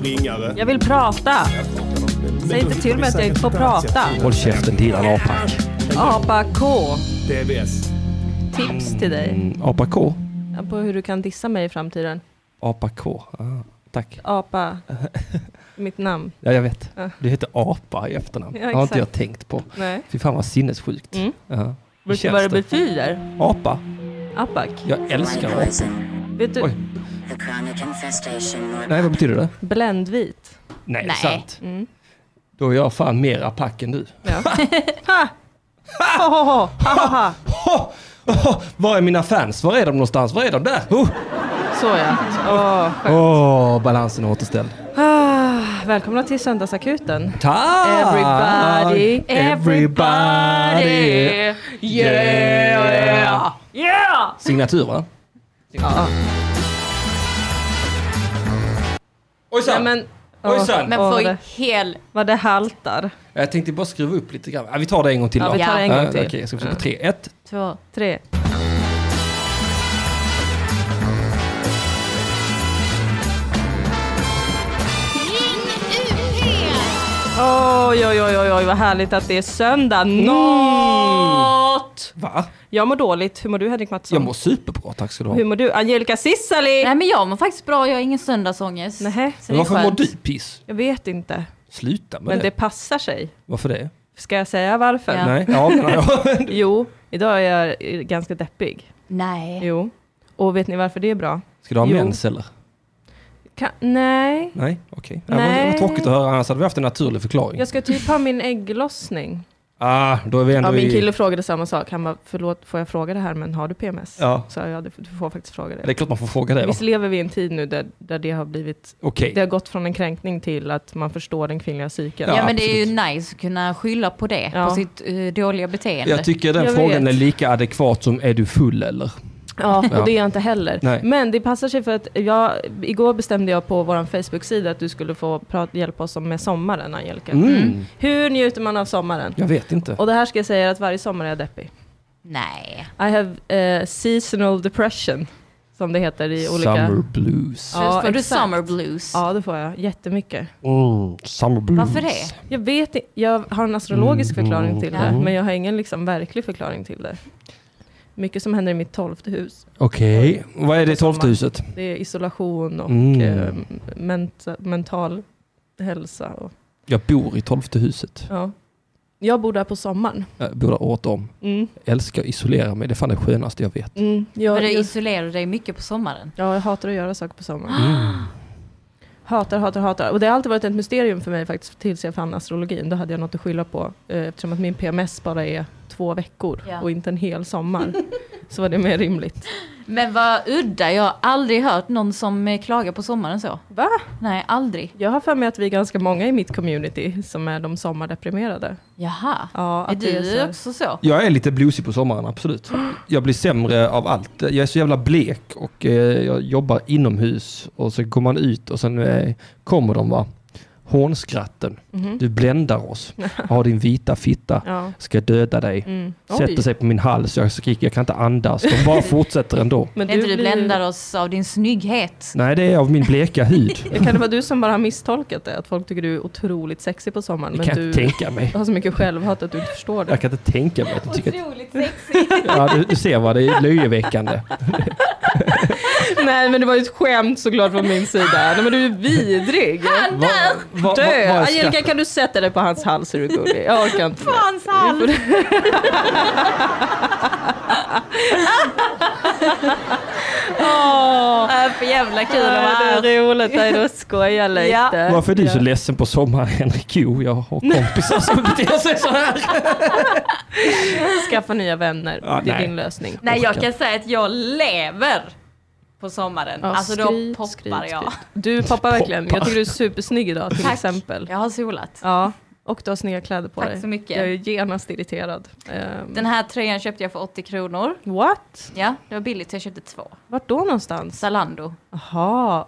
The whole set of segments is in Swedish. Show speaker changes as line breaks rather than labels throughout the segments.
springare.
Jag vill prata. Säg inte till mig att jag inte får prata.
Håll käften till en apack.
Apa K.
DBS.
Tips till dig.
Apa K?
På hur du kan dissa mig i framtiden.
Apa K. Tack.
Apa. Mitt namn.
Ja, jag vet.
Ja.
Du heter Apa i efternamn.
Ja,
har inte jag
exakt.
tänkt på.
Nej.
Fy fan vad sinnessjukt.
Mm.
Ja.
Vet du vad det betyder?
Apa.
Apak.
Jag älskar apa.
Vet du?
Oj. Nej, vad betyder det?
Bländvit.
Nej,
Nej.
sant.
Mm.
Då är jag fan mer apack än du.
Ja. Ha! Ha, ha, ha, ha, ha.
Var är mina fans? Var är de någonstans? Var är de där?
Så ja. Skönt.
Balansen är återställd.
Välkomna till Söndagsakuten.
Tack!
Everybody. Yeah! Yeah!
Signatur, va?
Ja.
Ojsan!
Nej, men,
Ojsan!
Men
Åh,
får
det-
hel...
vad det haltar.
Jag tänkte bara skruva upp lite grann. Vi tar det en gång till
Ja,
då.
vi tar det en gång till.
Okej, jag ska försöka på 3. 1.
2.
3. Oj, oj, oj, oj, oj, vad härligt att det är söndag. Något!
Va?
Jag mår dåligt. Hur mår du, Henrik Mattsson?
Jag mår superbra, tack ska du ha.
Hur mår du? Angelica Cissali?
Nej, men jag mår faktiskt bra. Jag har ingen söndagsångest.
Nähä.
Så
Men
det är
varför mår
skönt.
du piss?
Jag vet inte.
Sluta med
Men det
det.
passar sig.
Varför det?
Ska jag säga varför?
Ja.
Nej, ja, men jag.
Jo, idag är jag ganska deppig.
Nej.
Jo. Och vet ni varför det är bra?
Ska du ha
Jo.
mens eller?
Nej.
Nej, okej. Det
Nej.
var tråkigt att höra, annars hade vi haft en naturlig förklaring.
Jag ska typ ha min ägglossning.
Då är vi ändå
Ja, min
i...
kille frågade samma sak. Han bara, förlåt, får jag fråga det här, men har du PMS?
Ja.
Så ja, du får faktiskt fråga
Det är
det.
klart man får fråga det då.
Visst lever vi i en tid nu där det har blivit...
Okej.
Det har gått från en kränkning till att man förstår den kvinnliga psyken.
Ja,
Ja,
men det är ju
absolut.
nice att kunna skylla på det.
Ja.
På sitt dåliga beteende.
Jag tycker den
Jag
frågan
vet.
är lika adekvat som är du full eller?
Ja, och
Ja.
det är jag inte heller.
Nej.
Men det passar sig för att igår bestämde jag på vår Facebook-sida att du skulle få hjälpa oss med sommaren, Angelica.
Mm.
Hur njuter man av sommaren?
Jag vet inte.
Och det här ska jag säga att varje sommar är jag deppig.
Nej.
I have seasonal depression, som det heter i olika...
Summer blues.
Ja,
Så får du
exakt.
summer blues.
Ja, det får jag. Jättemycket.
Summer blues.
Varför det?
Jag vet inte. Jag har en astrologisk förklaring till det,
Mm.
men jag har ingen liksom verklig förklaring till det. Mycket som händer i mitt 12:e hus.
Okej. Vad är det i
Sommar.
12:e huset?
Det är isolation och mental hälsa. Och,
Jag bor i 12:e huset.
ja. Jag bor där på sommaren.
Jag bor där året om.
Mm.
Älskar att isolera mig. Det är fan det skönaste jag vet.
Mm.
Men du isolerar dig mycket på sommaren.
Jag hatar att göra saker på sommaren. Hatar. Och det har alltid varit ett mysterium för mig faktiskt tills jag fann astrologin. Då hade jag något att skylla på. Eftersom att min PMS bara är 2 veckor
Ja.
och inte en hel sommar. Så var det mer rimligt.
Men vad udda. Jag har aldrig hört någon som klagar på sommaren så.
Va?
Nej, aldrig.
Jag har för mig att vi är ganska många i mitt community som är de sommardeprimerade.
Jaha.
Ja,
Är
att det
du
så-
också så?
Jag är lite bluesig på sommaren, absolut. Jag blir sämre av allt. Jag är så jävla blek och jag jobbar inomhus och så går man ut och sen kommer de va. Hånskratten.
Mhm.
Du bländar oss. Har din vita fitta.
Ja.
Ska döda dig.
Mm.
Sätter sig på min hals. Jag skriker, jag kan inte andas. De bara fortsätter ändå.
Men
Det är inte du
blir-
bländar oss av din snygghet.
Nej, det är av min bleka hud.
Kan det vara du som bara har misstolkat det? Att folk tycker du är otroligt sexig på sommaren.
Det
Men
kan
du
jag inte tänka mig.
har så mycket självhat att du inte förstår det.
Jag kan inte tänka mig att du tycker att...
Otroligt sexigt.
Ja, du ser vad det är löjeväckande.
Nej, men det var ju ett skämt såklart från min sida. Nej, men du är vidrig. Dö! Angelica, kan du sätta dig på hans hals? Är du gullig? Jag orkar inte.
På hans hals. För jävla kul att vara här.
Det är roligt. Nej, då skojar lite.
Ja.
Varför är du så ledsen på sommaren, Henrik? Jo, jag har kompisar som beter sig så här.
Skaffa nya vänner.
Ja,
det är
nej.
din lösning.
Nej, jag kan säga att jag lever på sommaren.
Ja,
alltså då poppar
skryt.
jag.
Du poppar verkligen.
Poppar.
Jag tycker du är supersnygg idag till
Tack.
exempel.
Jag har solat.
Ja, och du har snygga kläder på
Tack
dig.
så mycket.
Jag är genast irriterad.
Den här tröjan köpte jag för 80 kronor.
What?
Ja, det var billigt så jag köpte 2.
Vart då någonstans?
Zalando.
Jaha,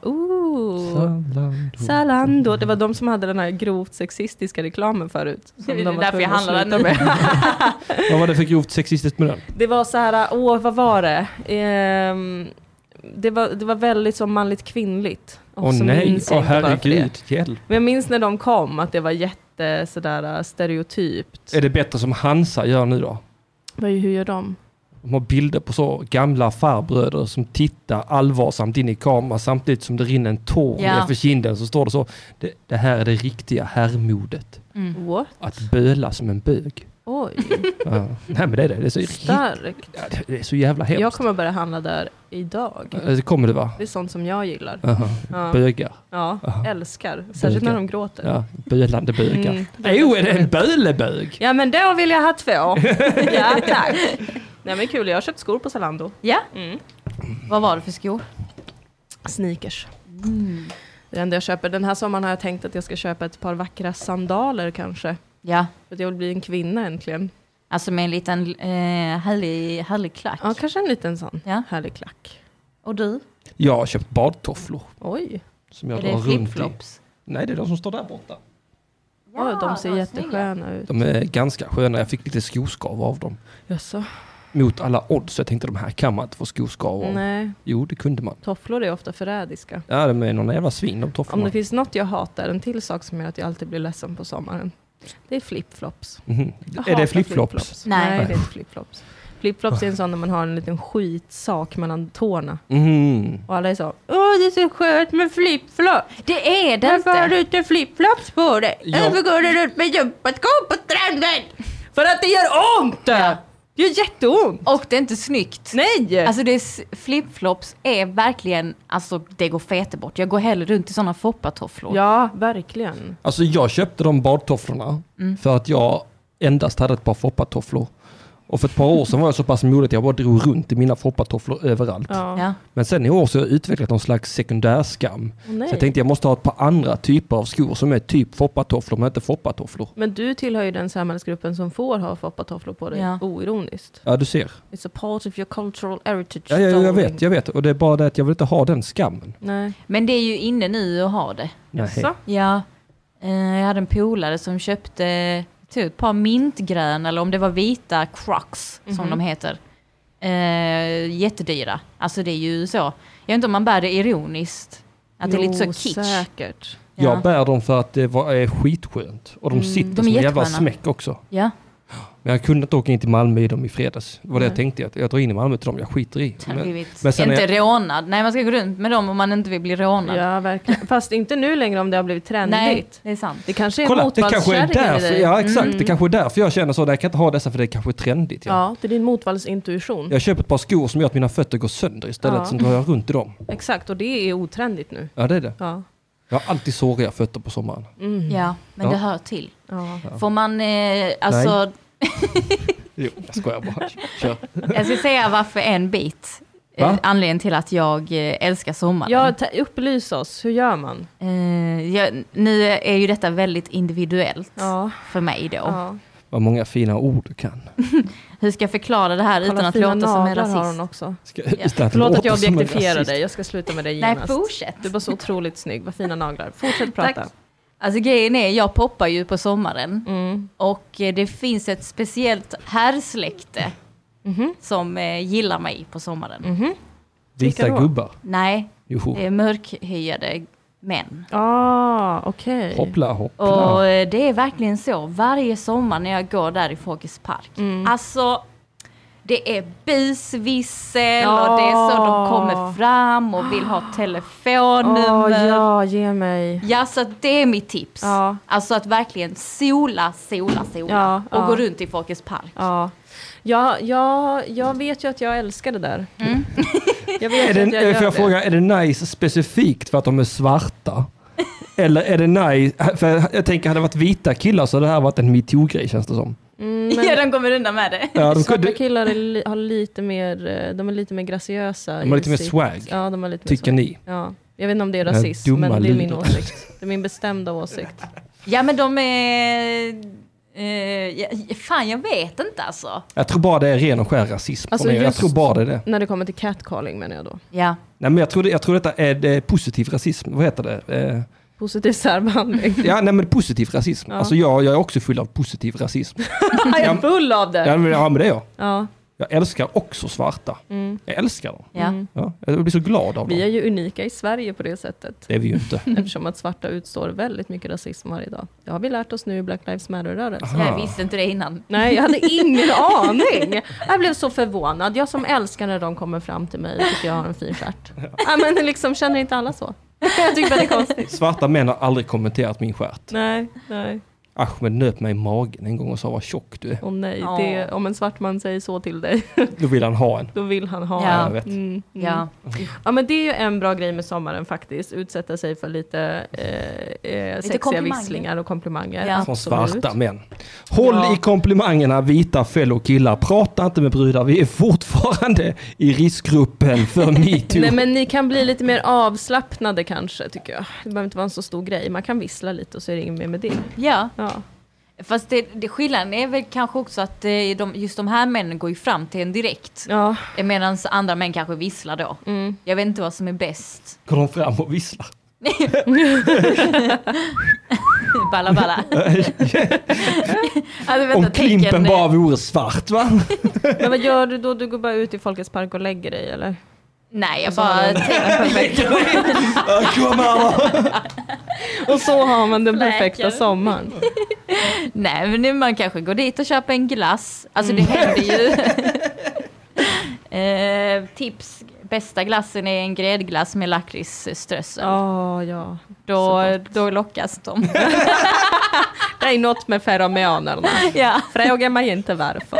Zalando. Det var de som hade den här grovt sexistiska reklamen förut.
Det
Som
är
de var
därför jag
tvungna att
handlar
sluta
den.
med.
Vad var det för grovt sexistiskt med den?
Det var så här, vad var det? Det var väldigt som manligt kvinnligt. Så
nej,
minns jag inte varför
herregud,
det.
hjälp.
Men jag minns när de kom att det var jätte sådär stereotypt.
Är det bättre som Hansa gör nu då?
Hur gör de?
De har bilder på så gamla farbröder som tittar allvarsamt in i kameran samtidigt som det rinner en tår ner för kinden, så står det så. Det här är det riktiga herrmodet.
What?
Att böla som en bög.
Oj.
Ja. Nej men det är det. Det är så
Starkt.
Ja, det är så jävla hemskt.
Jag kommer börja handla där idag.
Det kommer det va?
Det är sånt som jag gillar. Ja.
Bögar.
Ja, älskar. Särskilt när de gråter.
Ja, bölande bögar. Är det en bölebög?
Ja, men då vill jag ha 2. Ja, tack. Nej, men kul. Jag har köpt skor på Zalando.
Ja. Vad var det för skor?
Sneakers. Det enda jag köper. Den här sommaren har jag tänkt att jag ska köpa ett par vackra sandaler kanske.
Ja.
För att jag vill bli en kvinna äntligen.
Alltså med en liten härlig klack.
Ja, kanske en liten sån härlig klack.
Och du?
Jag har köpt badtofflor.
Oj.
Som jag
Är
drar
det
runt i.
flipflops?
Nej, det är de som står där borta.
Ja, de ser jättesköna ut.
De är ganska sköna. Jag fick lite skoskav av dem.
Jaså?
Mot alla odds. Så jag tänkte de här kan man inte få skoskav av.
Nej.
Jo, det kunde man.
Tofflor är ofta förrädiska.
Ja, de är någon jävla svin de
Om
tofflorna.
det finns något jag hatar, en till sak som gör att jag alltid blir ledsen på sommaren. Det är flipflops.
Är det flipflops?
Nej, det är inte flipflops. Flipflops är en sån när man har en liten skitsak mellan tårna. Och alla är så, det är så skönt med flipflops.
Det är det
Varför har du
inte.
inte flipflops på dig? Varför går du runt med gympaskor på stranden? För att det gör ont!
Ja.
Det gör jätteont.
Och det är inte snyggt.
Nej!
Alltså flipflops är verkligen, alltså det går fete bort. Jag går hellre runt i sådana foppatofflor.
Ja, verkligen.
Alltså jag köpte de badtofflorna för att jag endast hade ett par foppatofflor. Och för ett par år sedan var jag så pass modig att jag bara drog runt i mina foppatofflor överallt.
Ja.
Men sen i år så har jag utvecklat någon slags sekundärskam.
Nej.
Så jag tänkte jag måste ha ett par andra typer av skor som är typ foppatofflor men inte foppatofflor.
Men du tillhör ju den samhällsgruppen som får ha foppatofflor på dig, oironiskt.
Ja, du ser.
It's a part of your cultural heritage.
Ja, jag vet. Och det är bara det att jag vill inte ha den skammen.
Nej.
Men det är ju inne nu att ha det.
Så?
Ja. Jag hade en polare som köpte ett par mintgröna, eller om det var vita Crocs som de heter. Jättedyra. Alltså det är ju så. Jag vet inte om man bär det ironiskt. Att det är lite så kitsch.
Säkert.
Jag bär dem för att det är skitskönt. Och de sitter som en jävla smäck också.
Ja.
Men jag kunde inte åka in till Malmö i dem i fredags. Det var det jag tänkte. Jag drar in i Malmö till dem. Jag skiter i.
Men sen inte rånad. Nej, man ska gå runt med dem om man inte vill bli rånad.
Ja, verkligen. Fast inte nu längre om det har blivit trendigt.
Nej, det är sant.
Det kanske är
Kolla, det kanske är därför. Ja, exakt. Det kanske är därför jag känner så. Jag kan inte ha dessa för det kanske är trendigt.
Ja, det är din motvallsintuition.
Jag köper ett par skor som gör att mina fötter går sönder istället. Som drar jag runt i dem.
Exakt, och det är otrendigt nu.
Ja, det är det.
Ja.
Jag har alltid såriga fötter på sommaren.
Ja, men det hör till.
Ja.
Får man, alltså...
Jo, jag skojar bara. Kör.
Jag ska säga varför en bit. Anledningen till att jag älskar sommaren.
Ja, upplys oss. Hur gör man?
Nu är ju detta väldigt individuellt för mig då.
Ja. Vad många fina ord du kan.
Hur ska jag förklara det här utan att låta som en rasist?
Har hon också.
Förlåt
att jag objektifierar dig. Jag ska sluta med dig genast.
Nej, fortsätt.
Du var så otroligt snygg. Vad fina naglar. Fortsätt prata.
Tack. Alltså grejen är, jag poppar ju på sommaren. Och det finns ett speciellt herrsläkte som gillar mig på sommaren.
Vita gubbar?
Nej, det är mörkhyade män.
Okej.
Hoppla.
Och det är verkligen så. Varje sommar när jag går där i Folkets park. Alltså, det är busvissel och det är så de kommer fram och vill ha telefonnummer.
Ja, ge mig.
Ja, så det är mitt tips. Alltså att verkligen sola och gå runt i Folkets park.
Jag vet ju att jag älskar det där. Jag vet att jag gör
får jag fråga, är det nice specifikt för att de är svarta? Eller är det nice, för jag tänker hade det varit vita killar så det här varit en MeToo-grej känns det som.
Ja, de kommer undan med det.
Ja,
svarta killar har lite mer, de är lite mer graciösa.
De har lite mer swag.
Ja, de har lite mer
tycker
swag.
ni?
Ja. Jag vet inte om det är rasism, men det är min åsikt. Det är min bestämda åsikt.
Ja, men de är... fan, jag vet inte alltså.
Jag tror bara det är ren och skär rasism.
Alltså
jag tror bara det.
När det kommer till catcalling menar jag då.
Ja.
Nej, men jag tror detta är positiv rasism. Vad heter det?
Positiv särbehandling.
Ja, nej men positiv rasism. Alltså jag är också full av positiv rasism.
Jag är full av det.
Ja, men det är jag.
Ja.
Jag älskar också svarta. Jag älskar dem. Ja, jag blir så glad av dem.
Vi är ju unika i Sverige på det sättet.
Det är vi ju inte.
Eftersom att svarta utstår väldigt mycket rasism varje dag. Det har vi lärt oss nu i Black Lives Matter-rörelsen.
Jag visste inte det innan.
Nej, jag hade ingen aning. Jag blev så förvånad. Jag som älskar när de kommer fram till mig tycker jag har en fin stjärt. Ja, men liksom känner inte alla så. Jag tycker det är konstigt.
Svarta män har aldrig kommenterat min stjärt.
Nej.
Ahmed nöp mig i magen en gång och sa vad tjock du är.
Åh nej, det, om en svart man säger så till dig.
Då vill han ha en.
Då vill han ha
Jag vet.
Ja.
Ja, men det är ju en bra grej med sommaren faktiskt. Utsätta sig för lite sexiga visslingar och komplimanger.
Ja.
Som svarta män. Håll i komplimangerna, vita fellow killar. Prata inte med brudar. Vi är fortfarande i riskgruppen för MeToo.
Nej, men ni kan bli lite mer avslappnade kanske, tycker jag. Det behöver inte vara en så stor grej. Man kan vissla lite och så är det inget mer med det.
Ja.
Ja.
Fast skillnaden är väl kanske också att just de här männen går ju fram till en direkt.
Ja.
Medan andra män kanske visslar då. Jag vet inte vad som är bäst.
Går de fram och visslar?
Balla balla.
Om klimpen bara vore svart, va?
Men vad gör du då? Du går bara ut i Folkets park och lägger dig, eller?
Nej, jag bara tänker
och så har man den perfekta sommaren.
Nej, men nu man kanske går dit och köper en glass. Alltså det händer ju. Tips, bästa glassen är en gräddglass med lakritsströssel.
Ja.
Då lockas de.
Det är något med feromonerna.
Ja.
Fråga mig inte varför.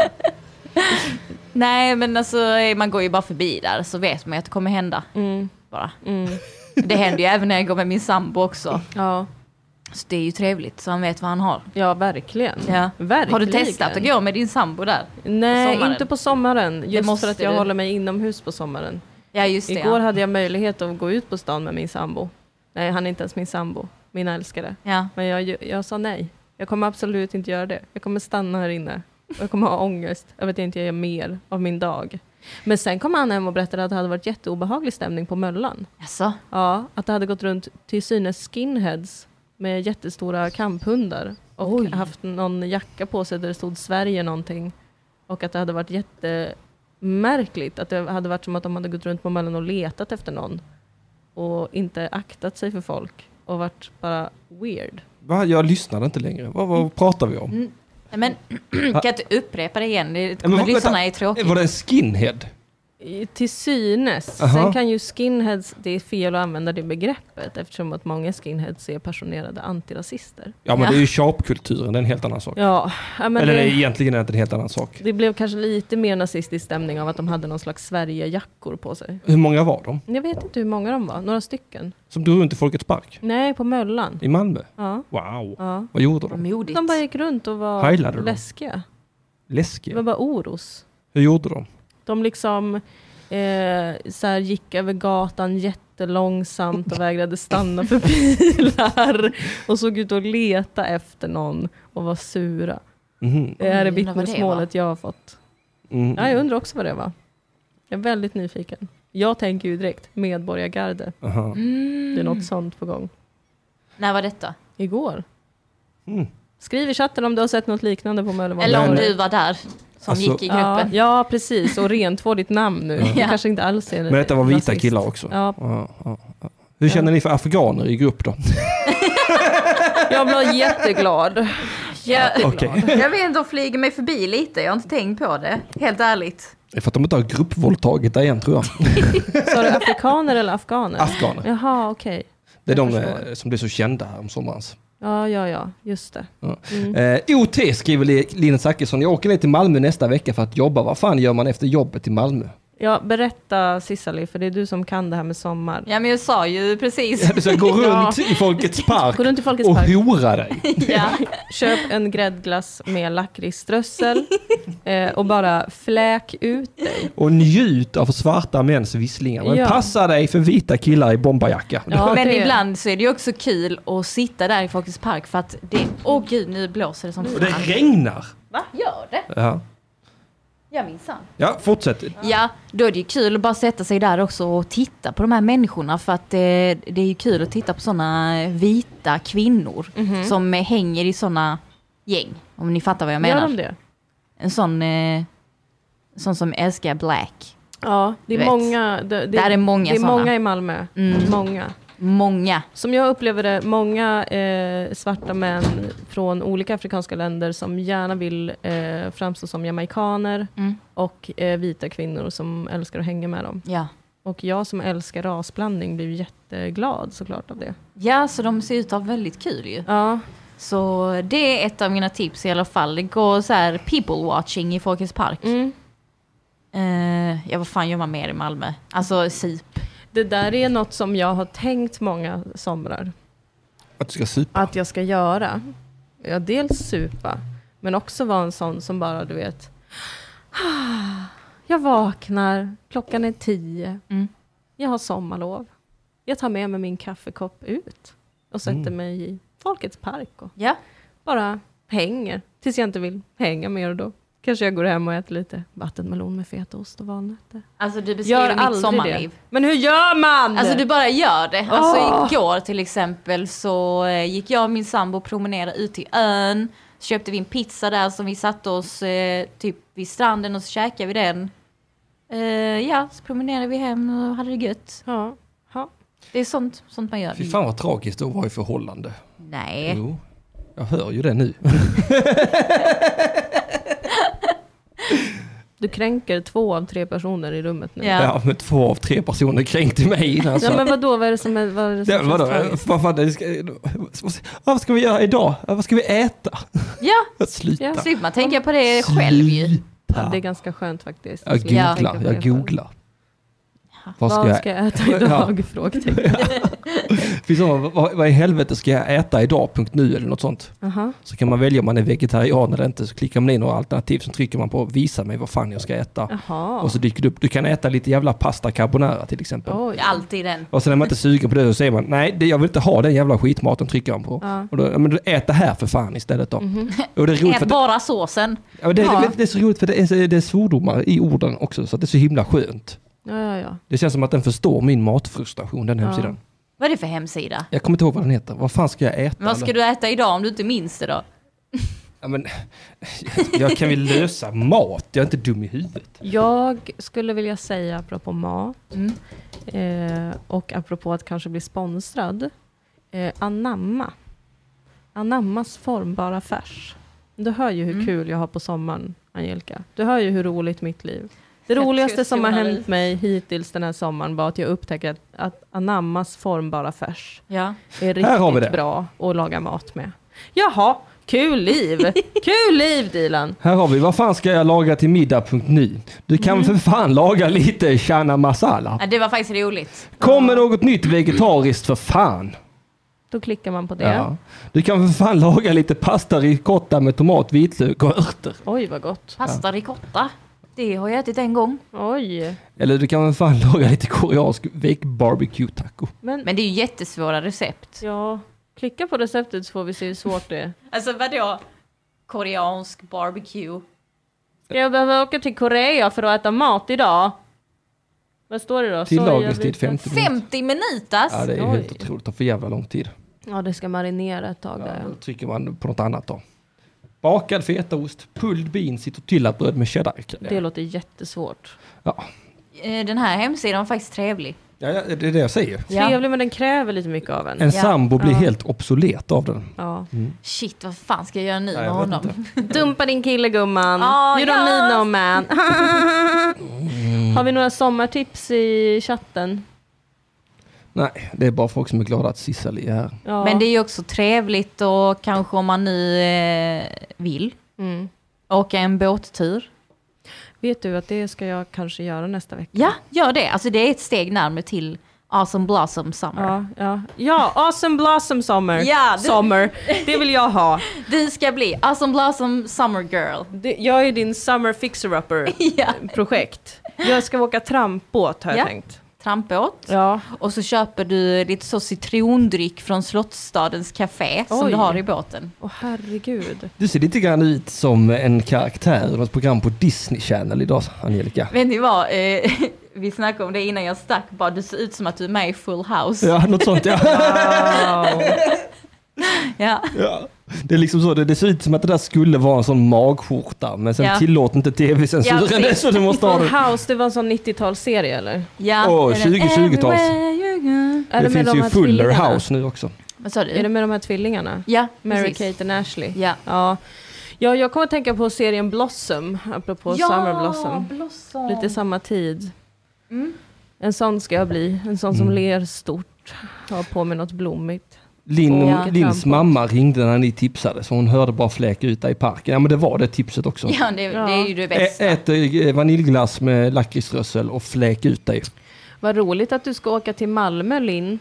Nej, men alltså man går ju bara förbi där så vet man att det kommer hända. Bara. Det händer ju även när jag går med min sambo också.
Ja.
Så det är ju trevligt så han vet vad han har.
Ja, verkligen.
Ja.
Verkligen.
Har du testat att gå med din sambo där?
Nej, inte på sommaren. Just för att jag
du.
håller mig inomhus på sommaren.
Ja, just det.
Igår hade jag möjlighet att gå ut på stan med min sambo. Nej, han är inte ens min sambo. Min älskare.
Ja.
Men jag sa nej. Jag kommer absolut inte göra det. Jag kommer stanna här inne. Och jag kommer ha ångest över att jag inte gör mer av min dag. Men sen kom han hem och berättade att det hade varit jätteobehaglig stämning på Möllan.
Alltså?
Ja, att det hade gått runt till synes skinheads med jättestora kamphundar. Och haft någon jacka på sig där det stod Sverige någonting. Och att det hade varit jättemärkligt. Att det hade varit som att de hade gått runt på Möllan och letat efter någon. Och inte aktat sig för folk. Och varit bara weird.
Va? Jag lyssnade inte längre. Vad pratar vi om?
Men kan jag inte upprepa det igen? Lyssnarna är tråkigt.
Var det en skinhead?
Till synes.
Aha.
Sen kan ju skinheads, det är fel att använda det begreppet eftersom att många skinheads är passionerade antirasister.
Ja, men det är ju shopkulturen, det är en helt annan sak.
Ja, men
eller det är egentligen inte en helt annan sak.
Det blev kanske lite mer nazistisk stämning av att de hade någon slags Sverigejackor på sig.
Hur många var de?
Jag vet inte hur många de var, några stycken.
Som drog runt i Folkets park?
Nej, på Möllan.
I Malmö?
Ja.
Wow.
Ja.
Vad gjorde de?
Modigt.
De bara gick runt och var
Heilade de?
läskiga.
Läskiga?
Det var bara oros.
Hur gjorde de?
De liksom så här gick över gatan jättelångsamt och vägrade stanna för bilar och såg ut att leta efter någon och var sura. Det är det vittnesmålet jag har fått. Ja, jag undrar också vad det var. Jag är väldigt nyfiken. Jag tänker ju direkt medborgargarde. Det är något sånt på gång.
När var detta?
Igår. Skriv i chatten om du har sett något liknande på Möllevång.
Eller om du var där som
alltså,
gick i gruppen.
Ja, precis. Och rentvå ditt namn nu. Det kanske inte alls är.
Men detta var vita
rasist.
killar också.
Ja.
Hur känner ni för afghaner i grupp då?
Jag blev jätteglad.
Okay.
Jag vet inte, de flyger mig förbi lite. Jag har inte tänkt på det. Helt ärligt.
Det är för att de inte har gruppvåldtagit där igen, tror jag.
Så är det afrikaner eller afghaner?
Afghaner.
Jaha, okej.
Det är de som blir så kända här om sommarens.
Ja, just det.
Ja. OT skriver Linus Zachrisson. Jag åker ner till Malmö nästa vecka för att jobba. Vad fan gör man efter jobbet i Malmö?
Ja, berätta Cicely, för det är du som kan det här med sommar.
Ja, men jag sa ju precis.
Du ska gå runt i Folkets park, och hora dig.
Ja.
Köp en gräddglass med lakritsströssel och bara fläk ut dig.
Och njut av svarta mäns visslingar. Men passa dig för vita killar i bomberjacka.
Ja, men ibland så är det ju också kul att sitta där i Folkets park för att det... Gud, nu blåser det som fan.
Och det regnar.
Va? Gör det?
Ja.
Ja, minsann.
Ja, fortsätt.
Ja, då är det ju kul att bara sätta sig där också och titta på de här människorna för att det är ju kul att titta på såna vita kvinnor som hänger i såna gäng, om ni fattar vad jag menar.
Gör de det?
En sån sån som älskar Black.
Ja, det är många. Det
är många
det är
såna.
många i Malmö.
Många.
Som jag upplever det, många svarta män från olika afrikanska länder som gärna vill framstå som jamaikaner och vita kvinnor som älskar att hänga med dem.
Ja.
Och jag som älskar rasblandning blir jätteglad såklart av det.
Ja, så de ser ut att ha väldigt kul ju.
Ja.
Så det är ett av mina tips i alla fall. Det går så här people watching i Folkets park. Ja, vad fan gör man mer i Malmö? Alltså SIP.
Det där är något som jag har tänkt många somrar.
Att du ska supa?
Att jag ska göra. Ja, dels supa. Men också vara en sån som bara, du vet. Jag vaknar. Klockan är 10. Jag har sommarlov. Jag tar med mig min kaffekopp ut. Och sätter mig i Folkets park. Och bara hänger. Tills jag inte vill hänga mer då. Kanske jag går hem och äter lite vattenmelon med fetaost och valnötter.
Alltså du beskriver mitt sommarliv.
Det. Men hur gör man?
Alltså du bara gör det. Alltså igår till exempel så gick jag och min sambo promenera ut till ön. Så köpte vi en pizza där som vi satte oss typ vid stranden och så käkade vi den. Så promenerade vi hem och hade det gött.
Ja.
Det är sånt man gör.
Fy fan vad tragiskt att vara i förhållande.
Nej.
Jo, jag hör ju det nu.
Du kränker 2 av 3 personer i rummet nu.
Ja, men 2 av 3 personer kränkte mig. Alltså.
Ja, men vadå? Vad är det som är...
Vad ska vi göra idag? Vad ska vi äta?
Ja.
Sluta.
Slipper man tänka på det själv ju.
Ja, det är ganska skönt faktiskt.
Jag googlar.
Vad ska jag äta idag?
Vad i helvete ska jag äta idag.nu eller något sånt. Så kan man välja om man är vegetarian eller inte. Så klickar man in några alternativ. Så trycker man på visa mig vad fan jag ska äta. Och så dyker det upp. Du kan äta lite jävla pasta carbonara till exempel.
Alltid den.
Och sen är man inte sugen på det så säger man nej, jag vill inte ha den jävla skitmaten, trycker man på. Och då, men du äter här för fan istället då. Och det är roligt
ät bara såsen.
Ja, det är så roligt för det är svordomar i orden också. Så att det är så himla skönt.
Ja.
Det känns som att den förstår min matfrustration, den hemsidan.
Vad är det för hemsida?
Jag kommer inte ihåg vad den heter. Vad fan ska jag äta?
Vad ska du äta idag om du inte minns det då?
Ja, men, jag kan väl lösa mat. Jag är inte dum i huvudet.
Jag skulle vilja säga apropå mat och apropå att kanske bli sponsrad. Anammas formbara färs. Du hör ju hur kul jag har på sommaren, Angelica. Du hör ju hur roligt mitt liv. Det roligaste som har hänt mig hittills den här sommaren var att jag upptäckte att anammas formbara färs är riktigt bra att laga mat med. Jaha, kul liv! Kul liv, Dilan!
Här har vi, vad fan ska jag laga till middag.nu? Du kan för fan laga lite chana masala.
Ja, det var faktiskt roligt.
Kommer något nytt vegetariskt för fan?
Då klickar man på det.
Ja. Du kan för fan laga lite pasta ricotta med tomat, vitlök och örter.
Oj, vad gott.
Pasta ricotta. Det har jag ätit en gång.
Oj.
Eller du kan fan laga lite koreansk barbecue taco.
Men det är ju jättesvåra recept.
Ja, klicka på receptet så får vi se hur svårt det är.
Alltså vadå? Koreansk barbecue.
Ska jag behöva åka till Korea för att äta mat idag? Vad står det då?
Tillagningstid 50 minuter.
50 minuter?
Ja, det är helt otroligt. Det tar för jävla lång tid.
Ja, det ska marinera ett tag där.
Då trycker man på något annat då. Bakad fetaost, pulled beans i tortillabröd med cheddar.
Det låter jättesvårt.
Ja.
Den här hemsidan var faktiskt trevlig.
Ja, det är det jag säger.
Trevlig, men den kräver lite mycket av en.
En sambo blir helt obsolet av den.
Ja.
Shit, vad fan ska jag göra nu med honom?
Dumpa din kille, gumman. You don't need no man. Har vi några sommartips i chatten?
Nej, det är bara folk som är glada att Sissali är här.
Ja. Men det är ju också trevligt och kanske om man nu vill åka en båttur.
Vet du att det ska jag kanske göra nästa vecka?
Ja, gör det. Alltså det är ett steg närmare till Awesome Blossom Summer.
Ja, Awesome Blossom Summer.
Ja,
Summer. Det vill jag ha.
Du ska bli Awesome Blossom Summer Girl.
Jag är din Summer Fixer-Upper-projekt. Jag ska åka trampbåt har jag tänkt.
Trampbåt.
Ja.
Och så köper du lite så citrondryck från Slottsstadens café som du har i båten.
Åh herregud.
Du ser lite grann ut som en karaktär i något program på Disney Channel idag, Angelica.
Vet ni vad? Vi snackade om det innan jag stack. Bara, du ser ut som att du är med i Full House.
Ja, något sånt, ja.
Wow.
Ja.
Ja. Det är liksom så, det ser ut som att det där skulle vara en sån magskjorta, men sen tillåter inte tv-censuren det, så du måste ha det.
House, det var en sån 90-talsserie eller?
Ja.
20-tals. Det finns ju Fuller House nu också.
Vad sa du?
Är det med de här tvillingarna?
Ja,
Mary-Kate och Ashley.
Ja.
Ja, jag kommer att tänka på serien Blossom, apropå Summer Blossom.
Blossom.
Lite samma tid. En sån ska jag bli. En sån som ler stort. Har på mig något blommigt.
Lins mamma ringde när ni tipsade, så hon hörde bara fläka ut där i parken. Ja, men det var det tipset också.
Ja, det är ju det bästa.
Ät vaniljglass med lakritsrössel och fläk ut dig.
Vad roligt att du ska åka till Malmö, Linn.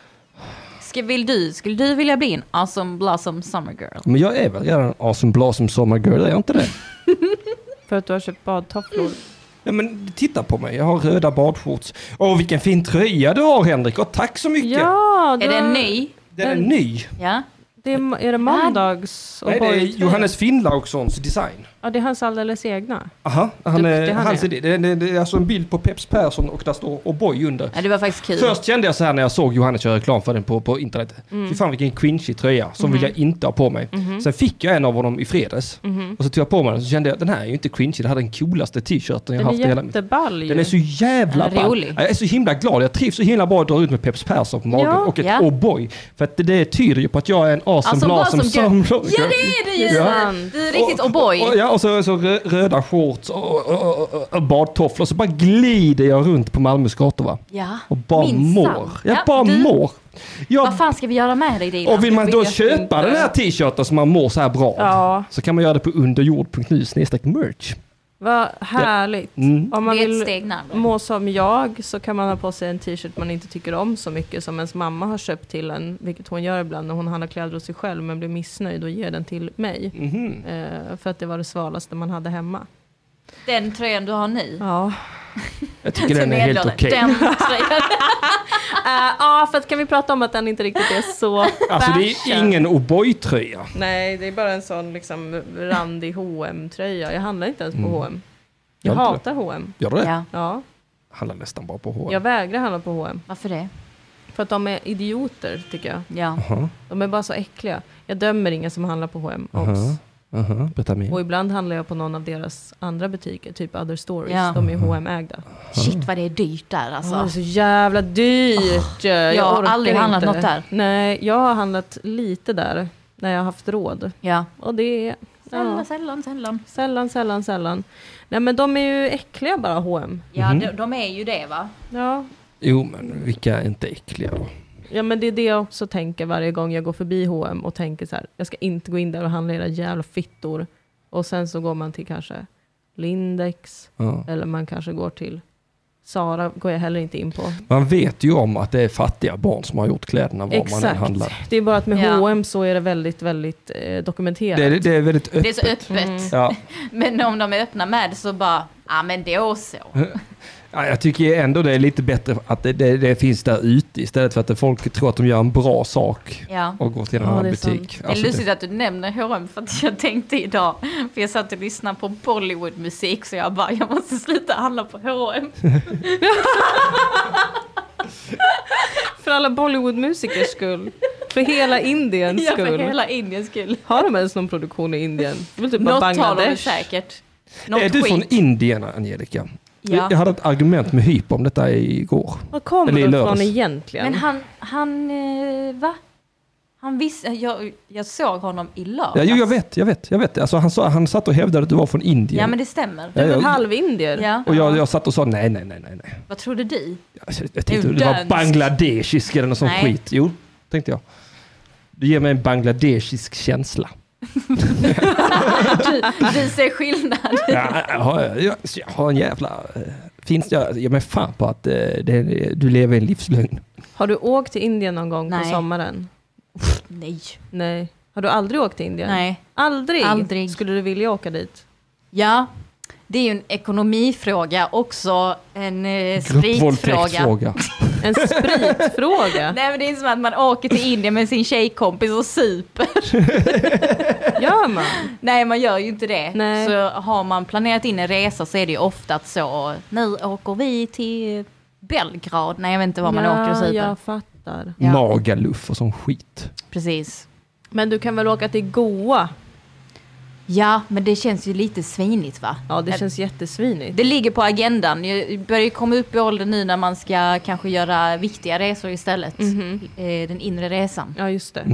Skulle du vilja bli en Awesome Blossom Summer Girl?
Men jag är väl redan en Awesome Blossom Summer Girl, är jag inte det?
För att du har köpt badtofflor.
Ja, men titta på mig, jag har röda badshorts. Åh, vilken fin tröja du har, Henrik, och tack så mycket.
Ja,
är den ny?
Den är ny.
Ja.
Är det måndags och
nej, det är Johannes Finnlaugssons design.
Ja, det är hans alldeles egna.
Aha, det är alltså en bild på Peps Persson och där står O'boy under.
Ja, det var faktiskt kul.
Först kände jag så här när jag såg Johannes göra reklam för den på internet. Fy fan vilken cringy tröja, som vill jag inte ha på mig. Sen fick jag en av honom i fredags. Och så tog jag på mig den och så kände jag, den här är ju inte cringy, det här är den coolaste t-shirten jag haft i hela mitt.
Den
är så jävla
rolig.
Jag är så himla glad, jag trivs så himla bra att dra ut med Peps Persson på magen och ett O'boy. För att det tyder ju på att jag är en awesome blossom som...
Ja, det är det ju! Ja. Du är riktigt O'boy.
Och så röda shorts och badtofflor, så bara glider jag runt på Malmös gator, va?
Ja,
och bara mår. Jag bara mår.
Vad fan ska vi göra med dig, Dilan?
Och vill man då köpa den här t-shirten som man mår så här bra, så kan man göra det på underjord.nu/merch.
Vad härligt. Om man vill må som jag så kan man ha på sig en t-shirt man inte tycker om så mycket som ens mamma har köpt till en, vilket hon gör ibland när hon handlar kläder hos sig själv men blir missnöjd och ger den till mig. För att det var det svalaste man hade hemma.
Den tröjan du har nu?
Ja.
Jag tycker den är helt okej.
Den tröjan.
För att kan vi prata om att den inte riktigt är så
alltså det är ingen O'boy-tröja.
Nej, det är bara en sån liksom randig H&M-tröja. Jag handlar inte ens på H&M. Jag hatar H&M.
Gör du det?
Ja.
Ja.
Handlar nästan bara på H&M.
Jag vägrar handla på H&M.
Varför det?
För att de är idioter, tycker jag.
Ja.
De är bara så äckliga. Jag dömer ingen som handlar på H&M. Och ibland handlar jag på någon av deras andra butiker, typ Other Stories. Ja. De är H&M-ägda.
Shit vad det är dyrt där alltså.
Det är så jävla dyrt.
Jag har aldrig handlat något där.
Nej, jag har handlat lite där när jag har haft råd.
Ja.
Och det är sällan. Nej, men de är ju äckliga bara, H&M.
Ja, de är ju det, va?
Ja.
Jo, men vilka är inte äckliga då?
Ja, men det är det jag också tänker varje gång jag går förbi H&M och tänker så här, jag ska inte gå in där och handla era jävla fittor. Och sen så går man till kanske Lindex eller man kanske går till Zara, går jag heller inte in på.
Man vet ju om att det är fattiga barn som har gjort kläderna var man än handlar.
Det är bara att med H&M så är det väldigt, väldigt dokumenterat.
Det är väldigt öppet.
Det är så öppet.
Ja.
Men om de är öppna med så bara, men då så.
Ja, jag tycker ändå det är lite bättre att det finns där ute istället för att folk tror att de gör en bra sak och går till en annan butik.
Det är lustigt att du nämner H&M för att jag tänkte idag, för jag satt och lyssnade på Bollywood-musik så jag måste sluta handla på H&M.
För alla Bollywood-musikers skull. För hela Indiens skull.
Ja, för hela Indiens skull.
Har de ens någon produktion i Indien? Det är typ
något
Bangladesh.
har de säkert.
Är du från Indien, Angelica? Ja. Jag hade ett argument med Hyp om detta igår.
Vad kommer de från egentligen?
Men han va? Han visste, jag såg honom i lördags.
Ja, jag vet. Alltså, han satt och hävdade att du var från Indien.
Ja, men det stämmer.
Du är väl halvindier?
Ja.
Och jag satt och sa nej.
Vad trodde du?
Jag tänkte det var bangladeshisk eller någon sån skit. Jo, tänkte jag. Du ger mig en bangladeshisk känsla.
du ser skillnad.
Jag har en jävla... Finns jag med fan på att du lever en livslögn.
Har du åkt till Indien någon gång på sommaren? Nej. Har du aldrig åkt till Indien?
Nej.
Aldrig? Skulle du vilja åka dit?
Ja. Det är ju en ekonomifråga, också en spritfråga.
En spritfråga?
Nej, men det är inte som att man åker till Indien med sin tjejkompis och super.
Gör man?
Nej, man gör ju inte det.
Nej.
Så har man planerat in en resa så är det ju ofta så, nu åker vi till Belgrad. Nej, jag vet inte vad man åker och super.
Jag fattar.
Magaluf och sån skit.
Precis.
Men du kan väl åka till Goa?
Ja, men det känns ju lite svinigt, va?
Ja, det känns jättesvinigt.
Det ligger på agendan. Jag börjar ju komma upp i åldern nu när man ska kanske göra viktiga resor istället. Den inre resan.
Ja, just det.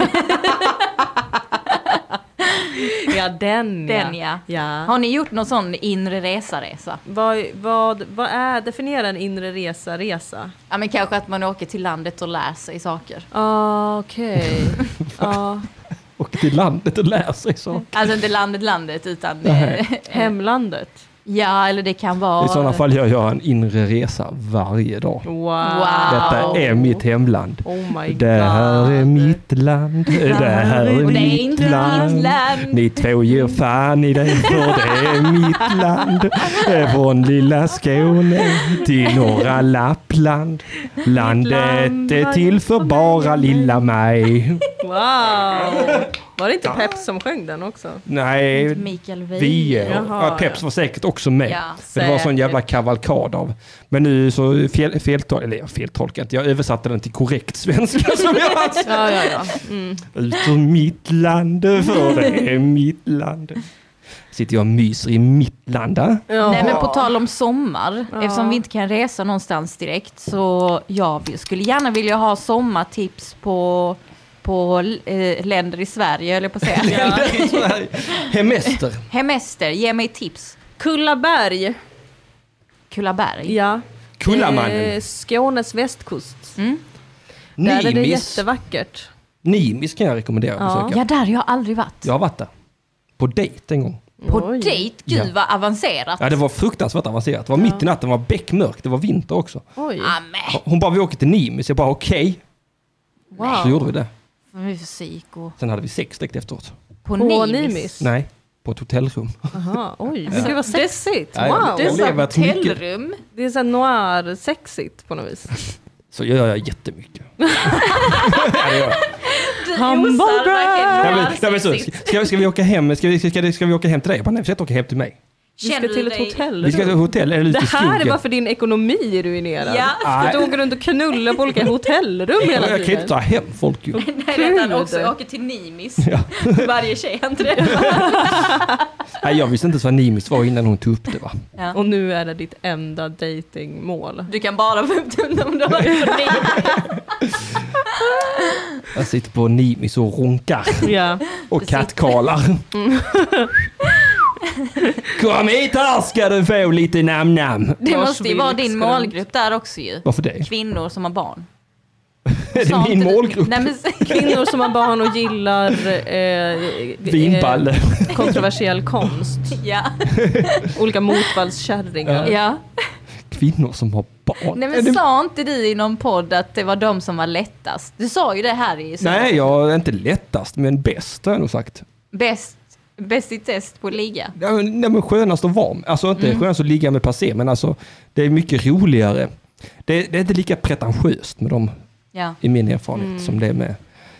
Ja, den
ja. Har ni gjort någon sån inre resa?
Vad är, definiera en inre resa?
Ja, men kanske att man åker till landet och lär sig saker.
Okej.
Och till landet och lär sig saker.
Alltså inte landet utan
hemlandet.
Ja, eller det kan vara...
I sådana fall gör jag en inre resa varje dag.
Wow.
Detta är mitt hemland.
Oh my God.
Det här är mitt land. Det här är mitt land. Ni två ger fan i det, för det är mitt land. Från lilla Skåne till norra Lappland. Landet är till för bara lilla mig.
Wow. Var det inte Peps som sjöng den också?
Nej,
Mikael
Wiehe. Ja, Peps var säkert också med. Ja, för det var sån jävla kavalkad av. Men nu så feltolkat. Jag översatte den till korrekt svenska som jag alltså.
Ja.
Ut ur mitt land, för det är mitt land. Sitter jag och myser i mitt land.
Ja. Nej, men på tal om sommar, eftersom vi inte kan resa någonstans direkt, så vi skulle gärna vilja ha sommartips på länder i Sverige, eller på att säga. Hemester, ge mig tips.
Kullaberg.
Ja. Kullamannen.
Skånes västkust. Där är det jättevackert.
Nimis kan jag rekommendera att besöka.
Ja, där har jag aldrig varit.
Jag har varit där. På dejt en gång.
På dejt? Gud, vad avancerat.
Ja, det var fruktansvärt avancerat. Det var mitt i natten, det var bäckmörkt, det var vinter också.
Oj.
Hon bara, vi åker till Nimis. Jag bara, okej.
Wow.
Så gjorde vi det. Sen hade vi sex direkt efteråt.
På Nimis?
Nej, på ett hotellrum.
Aha, oj. Men det var sexigt.
Wow.
Det är så hotellrum.
Det är så noir-sexigt på något vis.
Så gör jag jättemycket. Ska vi åka hem? Ska vi åka hem till dig? Nej, vi ska åka hem till mig.
Vi ska till ett hotell.
Vi ska till ett hotell eller ute i skogen.
Det här är bara för din ekonomi är ruinerad.
Ja.
För att du åker runt och knullar på olika hotellrum hela tiden.
Jag kan inte ta hem folk ju.
Nej, han också åker till Nimis. Ja. Varje tjej han träffar.
Nej, jag visste inte vad Nimis var innan hon tog upp det, va?
Ja. Och nu är det ditt enda datingmål.
Du kan bara få upp det om du har för Nimis.
Jag sitter på Nimis och runkar.
Ja.
Och kattkalar. Kom hit här ska du få lite namn.
Det måste ju vara din målgrupp där också ju.
Varför det?
Kvinnor som har barn.
Är det min målgrupp?
Nej, men...
Kvinnor som har barn och gillar
vinballe.
Kontroversiell konst.
Ja.
Olika motvallskärringar.
Ja.
Kvinnor som har barn.
Nej, men sa inte du i någon podd att det var de som var lättast? Du sa ju det här i...
Nej, jag är inte lättast, men bäst har jag nog sagt.
Bäst i test på att ligga.
Ja, nej, men skönast att vara. Alltså inte skönast att ligga med passé, men alltså det är mycket roligare. Det är inte lika pretentiöst med dem i min erfarenhet som det är med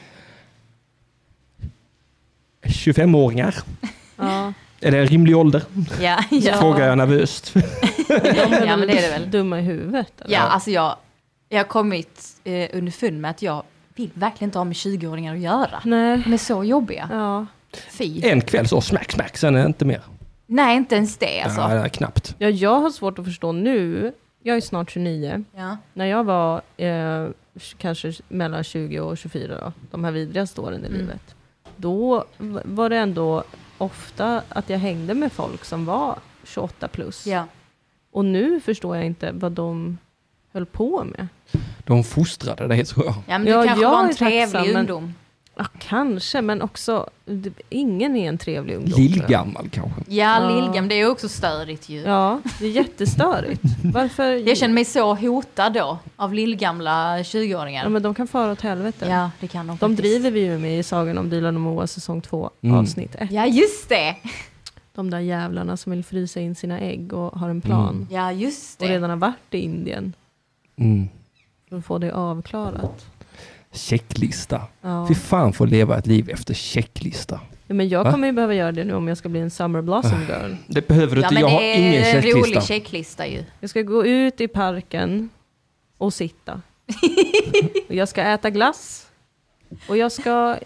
25-åringar.
Ja.
Är det en rimlig ålder?
Ja.
Frågar jag nervöst.
Ja, men det är det väl. Dumma i huvudet. Eller?
Ja, alltså jag har kommit underfund med att jag vill verkligen inte ha med 20-åringar att göra.
Nej.
De är så jobbiga.
Ja.
Fy. En kväll så smack, sen är det inte mer.
Nej, inte ens det alltså.
Ja, det är knappt.
Ja, jag har svårt att förstå nu. Jag är snart 29.
Ja.
När jag var kanske mellan 20 och 24 då, de här vidrigaste åren i livet. Då var det ändå ofta att jag hängde med folk som var 28 plus.
Ja.
Och nu förstår jag inte vad de höll på med.
De fostrade det, tror jag.
Ja, men du kanske var en trevlig ungdom.
Ja, kanske, men också ingen är en trevlig ungdom.
Lillgammal kanske.
Ja, lillgammal, det är också störigt ju.
Ja, det är jättestörigt. Varför?
Jag känner mig så hotad då av lillgamla 20-åringar.
Ja, men de kan fara åt helvete.
Ja, det kan de.
De driver vi ju med i Sagan om Dilan och Moa säsong 2 avsnitt 1.
Ja, just det.
De där jävlarna som vill frysa in sina ägg och har en plan.
Ja, just det.
Och redan har varit i Indien. För att få det avklarat.
Checklista. Ja. Fy fan får leva ett liv efter checklista.
Ja, men jag kommer ju behöva göra det nu om jag ska bli en summer blossom girl.
Det behöver du inte. Jag har ingen checklista.
Det är en rolig checklista ju.
Jag ska gå ut i parken och sitta. Och jag ska äta glass. Och jag ska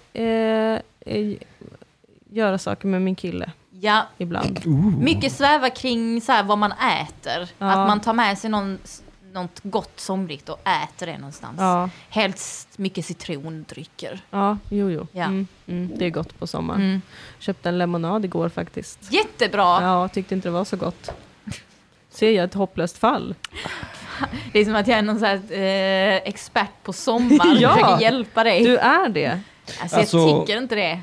göra saker med min kille.
Ja.
Ibland.
Mycket sväva kring så här, vad man äter. Ja. Att man tar med sig något gott somrigt och äter det någonstans. Ja. Helst mycket citrondrycker.
Ja, jo. Ja. Det är gott på sommaren. Köpte en lemonad igår faktiskt.
Jättebra!
Ja, tyckte inte det var så gott. Ser jag ett hopplöst fall?
Det är som att jag är någon så här, expert på sommar. Jag försöker hjälpa dig.
Du är det.
Alltså, jag tycker inte det.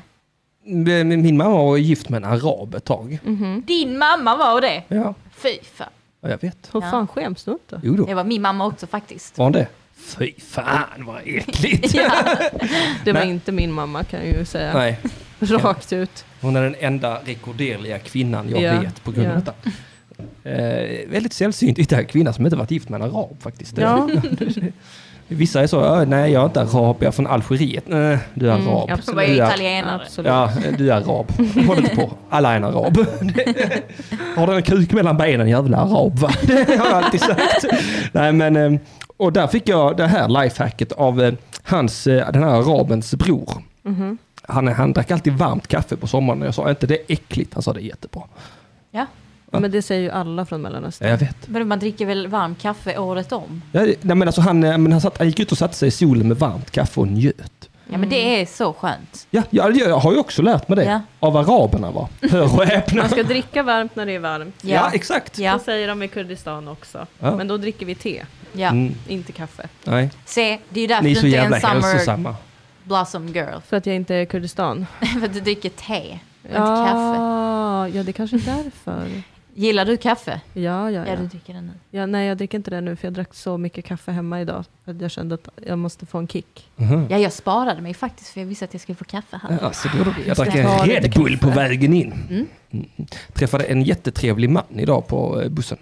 Min mamma var gift med en arab ett tag.
Din mamma var det?
Ja.
Fy fan.
Ja, jag vet.
Hur fan skäms du inte?
Jo då.
Det var min mamma också faktiskt.
Var hon det? Fy fan, vad äckligt.
Det var inte min mamma, kan jag ju säga.
Nej.
Rakt ut.
Hon är den enda rekorderliga kvinnan jag vet på grund av detta. Väldigt sällsynt hitta kvinna som inte varit gift med en arab faktiskt. Ja. Vissa är så, nej jag är inte arab, jag är från Algeriet. Nej, du är arab.
Absolut. Du är italienare.
Absolut. Ja, du är arab. Håll inte på. Alla är en arab. Har du en kuk mellan benen, jävla arab va? Det har jag alltid sagt. Nej men, och där fick jag det här lifehacket av den här arabens bror. Han drack alltid varmt kaffe på sommaren. Jag sa inte det är äckligt, han sa det är jättebra.
Ja.
Ja. Men det säger ju alla från Mellanöstern.
Jag vet.
Men man dricker väl varmt kaffe året om?
Ja, men alltså han gick ut och satte sig i solen med varmt kaffe och njöt.
Ja, men det är så skönt.
Ja, jag har ju också lärt mig det av araberna va. Hör och häpna.
Man ska dricka varmt när det är varmt.
Ja exakt.
Ja. Det säger de i Kurdistan också. Ja. Men då dricker vi te.
Ja.
Inte kaffe.
Nej.
Se, det är ju därför
ni är
du
så
inte är
jävla
en summer
hälsosamma.
Blossom girl.
För att jag inte är Kurdistan.
För att du dricker te, inte kaffe.
Ja, det kanske är därför.
Gillar du kaffe?
Ja.
Ja, du dricker det nu.
Ja, nej, jag dricker inte det nu för jag drack så mycket kaffe hemma idag. Att jag kände att jag måste få en kick.
Ja, jag sparade mig faktiskt för jag visste att jag skulle få kaffe här.
Ja, så jag drack en Red Bull på vägen in. Träffade en jättetrevlig man idag på bussen.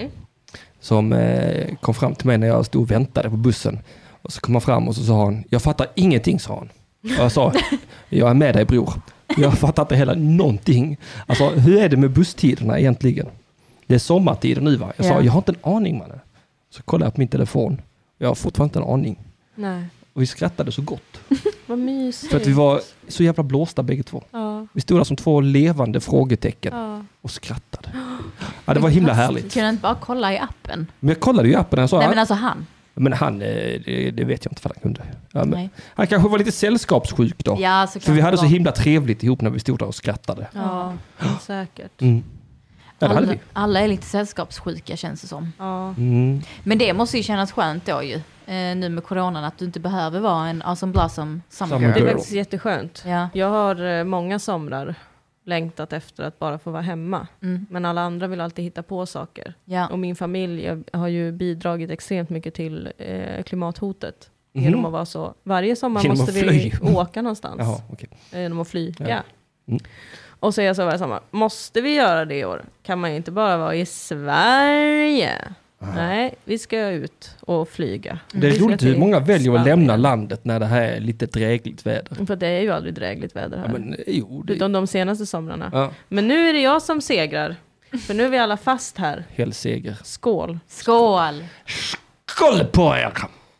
Som kom fram till mig när jag stod och väntade på bussen. Och så kom han fram och så sa han, jag fattar ingenting, sa han. Och jag sa, jag är med dig bror. Jag fattar inte heller någonting. Alltså, hur är det med busstiderna egentligen? Det är sommartider nu va? Jag sa, jag har inte en aning mannen. Så kollade jag på min telefon. Jag har fortfarande inte en aning.
Nej.
Och vi skrattade så gott.
Vad mysigt.
För att vi var så jävla blåsta bägge två.
Ja.
Vi stod där som två levande frågetecken och skrattade. Ja, det var himla härligt.
Du kunde inte bara kolla i appen?
Men jag kollade ju i appen.
Nej, men alltså han.
Men han, det vet jag inte för han kunde. Ja, men han kanske var lite sällskapssjuk då.
Ja,
för vi hade så himla trevligt ihop när vi stod där och skrattade.
Ja, säkert.
Ja,
alla är lite sällskapssjuka känns det som.
Ja.
Men det måste ju kännas skönt då ju. Nu med coronan att du inte behöver vara en awesome blossom summer girl.
Det är faktiskt jätteskönt.
Ja.
Jag har många somrar längtat efter att bara få vara hemma. Men alla andra vill alltid hitta på saker. Ja. Och min familj har ju bidragit extremt mycket till klimathotet. Genom att vara så. Varje sommar måste vi åka någonstans.
Jaha, okay.
Genom att flyga. Ja. Och så är jag så varje sommar. Måste vi göra det i år? Kan man inte bara vara i Sverige? Nej, vi ska ut och flyga.
Det är roligt hur många väljer att lämna landet när det här är lite drägligt väder.
För det är ju aldrig drägligt väder här.
Ja, men,
utom de senaste somrarna.
Ja.
Men nu är det jag som segrar. För nu är vi alla fast här.
Hel seger.
Skål.
Skål.
Skål på er!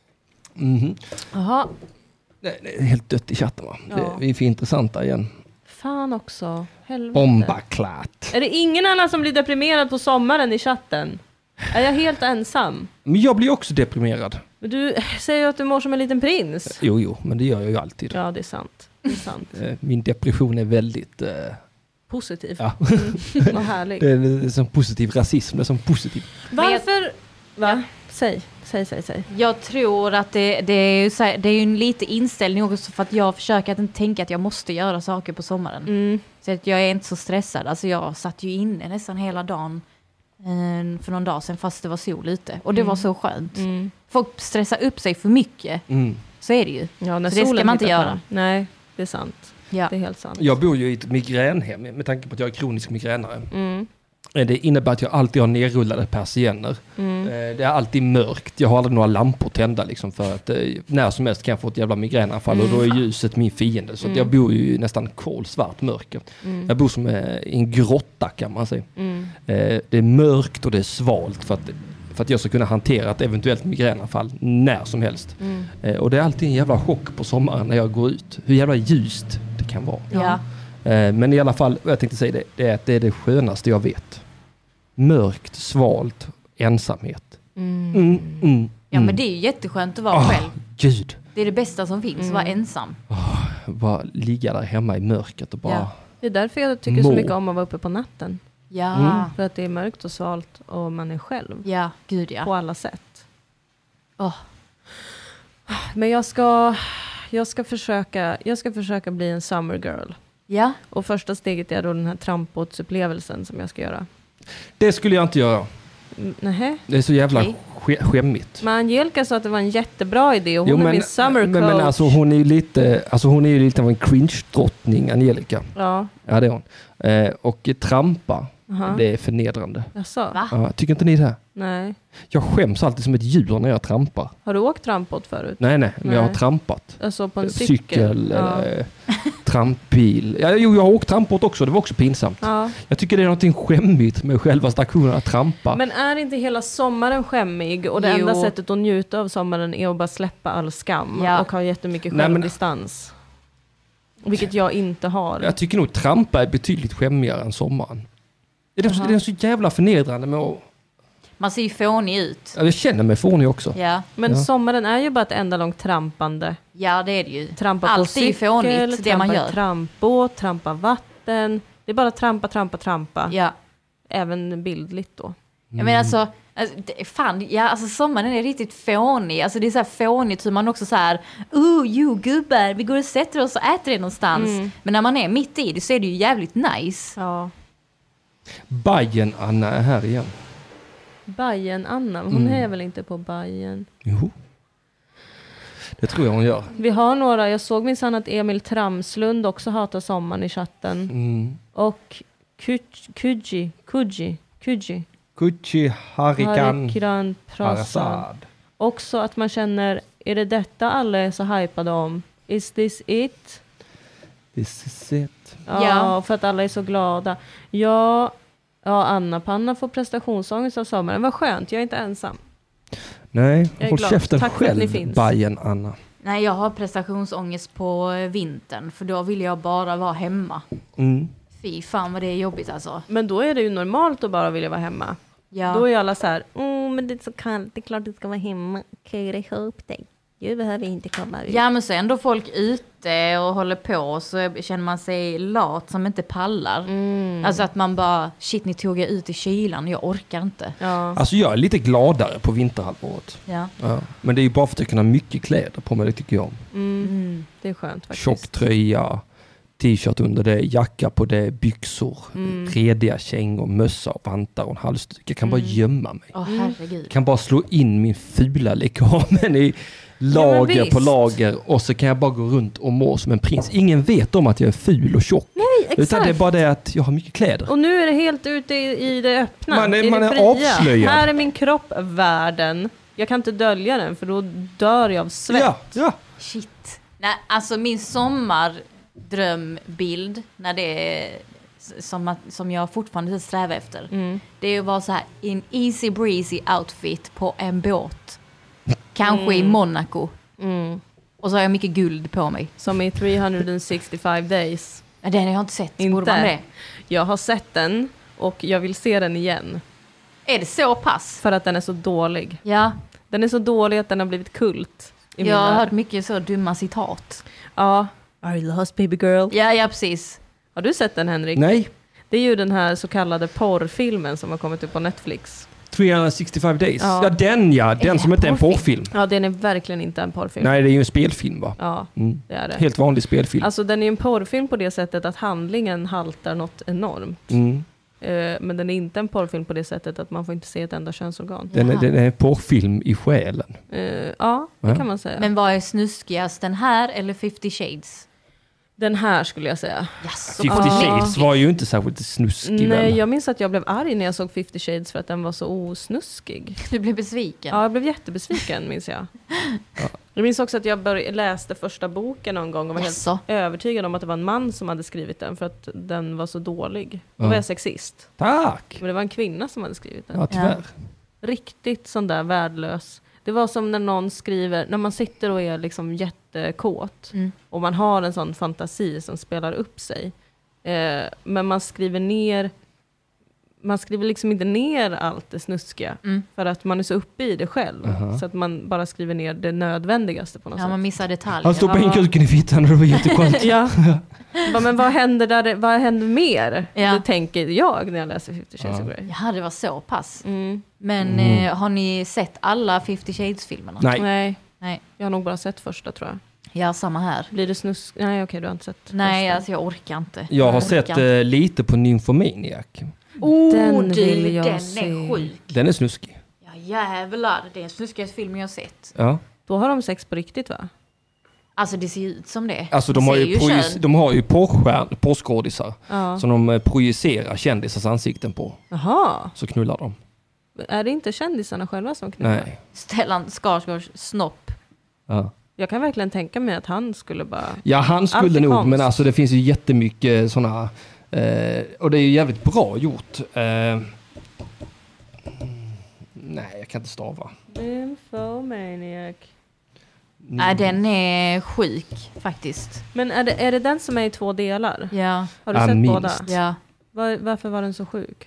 Jaha.
Det är helt dött i chatten va? Ja. Vi är för intressanta igen.
Fan också. Helvete.
Bombaklart.
Är det ingen annan som blir deprimerad på sommaren i chatten? Är jag helt ensam?
Men jag blir också deprimerad.
Men du säger ju att du mår som en liten prins.
Jo, men det gör jag ju alltid.
Ja, det är sant. Det är sant.
Min depression är väldigt...
positiv.
Ja.
Vad härligt.
Det är som positiv rasism, det är som positiv.
Varför? Va? Säg.
Jag tror att det är ju en lite inställning också för att jag försöker att inte tänka att jag måste göra saker på sommaren. Så att jag är inte så stressad. Alltså jag satt ju inne nästan hela dagen för någon dag sedan fast det var sol ute. Och det var så skönt. Folk stressar upp sig för mycket. Så är det ju.
Ja, när
så det ska man inte göra.
Nej, det är sant. Ja. Det är helt sant.
Jag bor ju i ett migränhem med tanke på att jag är kronisk migränare. Det innebär att jag alltid har nerrullade persienner. Det är alltid mörkt. Jag har aldrig några lampor tända liksom, för att när som helst kan jag få ett jävla migränanfall och då är ljuset min fiende. Så att jag bor ju nästan kolsvart mörker. Jag bor som i en grotta kan man säga. Det är mörkt och det är svalt för att för att jag ska kunna hantera ett eventuellt migränanfall när som helst. Och det är alltid en jävla chock på sommaren när jag går ut. Hur jävla ljust det kan vara.
Ja.
Men i alla fall, vad jag tänkte säga det är att det är det skönaste jag vet. Mörkt, svalt, ensamhet.
Ja, men det är ju jätteskönt att vara själv.
Gud.
Det är det bästa som finns, att vara ensam.
Bara ligga där hemma i mörkret och bara...
Ja. Det är därför jag tycker så mycket om att vara uppe på natten.
Ja.
För att det är mörkt och svalt och man är själv.
Ja, gud ja.
På alla sätt. Men jag ska försöka bli en summer girl.
Ja.
Och första steget är då den här trampbåtsupplevelsen som jag ska göra.
Det skulle jag inte göra.
Nähä.
Det är så jävla skämmigt.
Men Angelica sa att det var en jättebra idé och hon är min summer coach.
Men alltså hon är ju lite av en cringe-drottning, Angelica.
Ja.
Ja, det är hon. Och trampa, det är förnedrande.
Jaså?
Ja, tycker inte ni det?
Nej.
Jag skäms alltid som ett djur när jag trampar.
Har du åkt trampbåt förut?
Nej, men jag har trampat.
Alltså på en
cykel eller trampbil. Ja, jo, jag har åkt trampbåt också, det var också pinsamt. Ja. Jag tycker det är någonting skämmigt med själva stationen att trampa.
Men är inte hela sommaren skämmig? Och det enda sättet att njuta av sommaren är att bara släppa all skam och ha jättemycket självdistans. Vilket jag inte har.
Jag tycker nog trampa är betydligt skämmigare än sommaren. Det är så jävla förnedrande med att...
Man ser ju fånig ut.
Ja, jag känner mig fånig också.
Ja. Men sommaren är ju bara ett enda långt trampande.
Ja, det är det ju.
Trampa på cykel,
är fånigt, det man gör.
Trampbåt, trampa vatten. Det är bara trampa.
Ja.
Även bildligt då.
Jag menar alltså sommaren är riktigt fånig. Alltså det är så här fånigt hur man också så här, gubbar, vi går och sätter oss och äter det någonstans. Men när man är mitt i det så är det ju jävligt nice.
Ja.
Bajen Anna är här igen.
Bajen Anna, hon är väl inte på Bajen?
Jo. Det tror jag hon gör.
Vi har några, jag såg minsann att Emil Tramslund också hatar sommaren i chatten. Och Kuji Harikan Prasad. Också att man känner, är det detta alla är så hypade om? Is this it?
This is it.
Ja, för att alla är så glada. Ja, Anna Panna får prestationsångest av sommaren. Vad skönt, jag är inte ensam.
Nej, håll käften själv, Bajen Anna.
Nej, jag har prestationsångest på vintern. För då vill jag bara vara hemma. Fy fan vad det är jobbigt alltså.
Men då är det ju normalt att bara vilja vara hemma. Ja. Då är alla så här, men det är så kallt, det är klart du ska vara hemma. Köra ihop dig. Du behöver inte komma ut.
Ja, men så är ändå folk ute och håller på, så känner man sig lat som inte pallar. Alltså att man bara, shit, ni tog jag ut i kylan, jag orkar inte.
Ja.
Alltså jag är lite gladare på vinterhalvåret.
Ja.
Men det är ju bara för att jag kan ha mycket kläder på mig, det tycker jag om.
Det är skönt faktiskt.
Tjock tröja, t-shirt under det, jacka på det, byxor, rediga kängor, mössa och vantar och en halsduk. Jag kan bara gömma mig.
Herregud.
Kan bara slå in min fula lekamen i lager på lager och så kan jag bara gå runt och må som en prins. Ingen vet om att jag är ful och tjock.
Nej, exakt.
Utan det är bara det att jag har mycket kläder.
Och nu är det helt ute i det öppna.
Man är avslöjad.
Här är min kropp, världen. Jag kan inte dölja den för då dör jag av svett.
Ja.
Shit. Nej, alltså min sommardrömbild när det är som jag fortfarande strävar efter. Det är att vara så här en easy breezy outfit på en båt. Kanske i Monaco. Och så har jag mycket guld på mig.
Som i 365 days.
Ja, den har jag inte sett. Borde man det?
Jag har sett den och jag vill se den igen.
Är det så pass?
För att den är så dålig.
Ja.
Den är så dålig att den har blivit kult.
Jag har hört mycket så dumma citat.
Ja. Are you lost baby girl?
Ja, precis.
Har du sett den, Henrik?
Nej.
Det är ju den här så kallade porrfilmen som har kommit upp på Netflix.
365 days. Ja, den som inte är en porrfilm.
Ja, den är verkligen inte en porrfilm.
Nej, det är ju en spelfilm, va?
Ja, det är det.
Helt vanlig spelfilm.
Alltså den är ju en porrfilm på det sättet att handlingen haltar något enormt. Men den är inte en porrfilm på det sättet att man får inte se ett enda könsorgan.
Den är en porrfilm i själen.
Ja, det kan man säga.
Men vad är snuskigast, den här eller 50 Shades?
Den här skulle jag säga.
Yes.
50 Shades var ju inte särskilt snuskig.
Nej, jag minns att jag blev arg när jag såg 50 Shades för att den var så osnuskig.
Du blev besviken?
Ja, jag blev jättebesviken, minns jag. Jag minns också att jag läste första boken någon gång och var helt övertygad om att det var en man som hade skrivit den för att den var så dålig. Då var jag sexist.
Tack!
Men det var en kvinna som hade skrivit den.
Ja, tyvärr.
Riktigt sån där värdelös. Det var som när någon skriver, när man sitter och är liksom jättekåt och man har en sån fantasi som spelar upp sig. Men man skriver liksom inte ner allt det snuskiga för att man är så uppe i det själv. Så att man bara skriver ner det nödvändigaste på något sätt.
Ja, man missar detaljer.
Han stoppade in kuken i fittan och det var jätteskönt.
Ja. Men vad händer vad händer mer? Det tänker jag när jag läser 50 Shades of Grey.
Ja, det var så pass. Men har ni sett alla 50 Shades-filmerna?
Nej. Jag har nog bara sett första, tror jag.
Ja, samma här.
Blir det snusk? Nej, okej, du har inte sett
Nej,
första.
alltså jag orkar inte.
Jag har sett lite på Nymphomaniac.
Den vill jag
den
se.
är sjuk.
Den är snuskig.
Ja, jävlar. Det är den snuskigaste filmen jag har sett.
Ja.
Då har de sex på riktigt, va?
Alltså det ser ut som det.
Alltså de har ju porrskådisar som de projicerar kändisars ansikten på.
Jaha.
Så knullar de.
Är det inte kändisarna själva som knullar?
Nej.
Stellan Skarsgårds snopp.
Ja.
Jag kan verkligen tänka mig att han skulle bara...
Ja, han skulle nog,
konst.
men alltså det finns ju jättemycket sådana... och det är ju jävligt bra gjort. Nej, jag kan inte stava.
Nymphomaniac.
Nej, den är sjuk faktiskt.
Men är det den som är i 2 delar?
Ja.
Har du sett
minst.
båda?
Ja.
Varför var den så sjuk?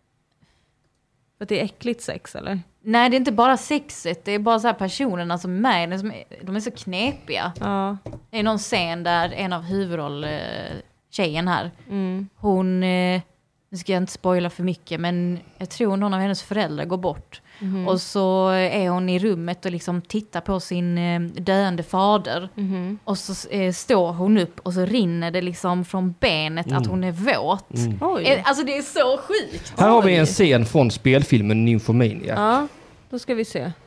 För att det är äckligt sex, eller?
Nej, det är inte bara sexet. Det är bara så här personerna som är med. De är så knepiga.
Ja.
Det är någon scen där en av huvudroll-tjejen här. Hon... Nu ska jag inte spoila för mycket, men jag tror någon av hennes föräldrar går bort. Och så är hon i rummet och liksom tittar på sin döende fader. Och så står hon upp och så rinner det liksom från benet att hon är våt.
Oj.
Alltså det är så sjukt.
Här har vi en scen från spelfilmen Nymphomaniac.
Ja, då ska vi se.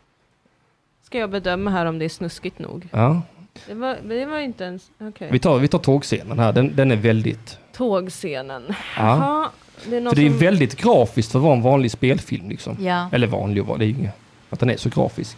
Ska jag bedöma här om det är snuskigt nog?
Ja.
Det var inte ens... Okay.
Vi tar tågscenen här. Den är väldigt...
Tågscenen.
Ja.
Jaha, det är
För det är väldigt grafiskt för att vara en vanlig spelfilm. Liksom.
Ja.
Eller vanlig, det är ju inget. Att den är så grafisk.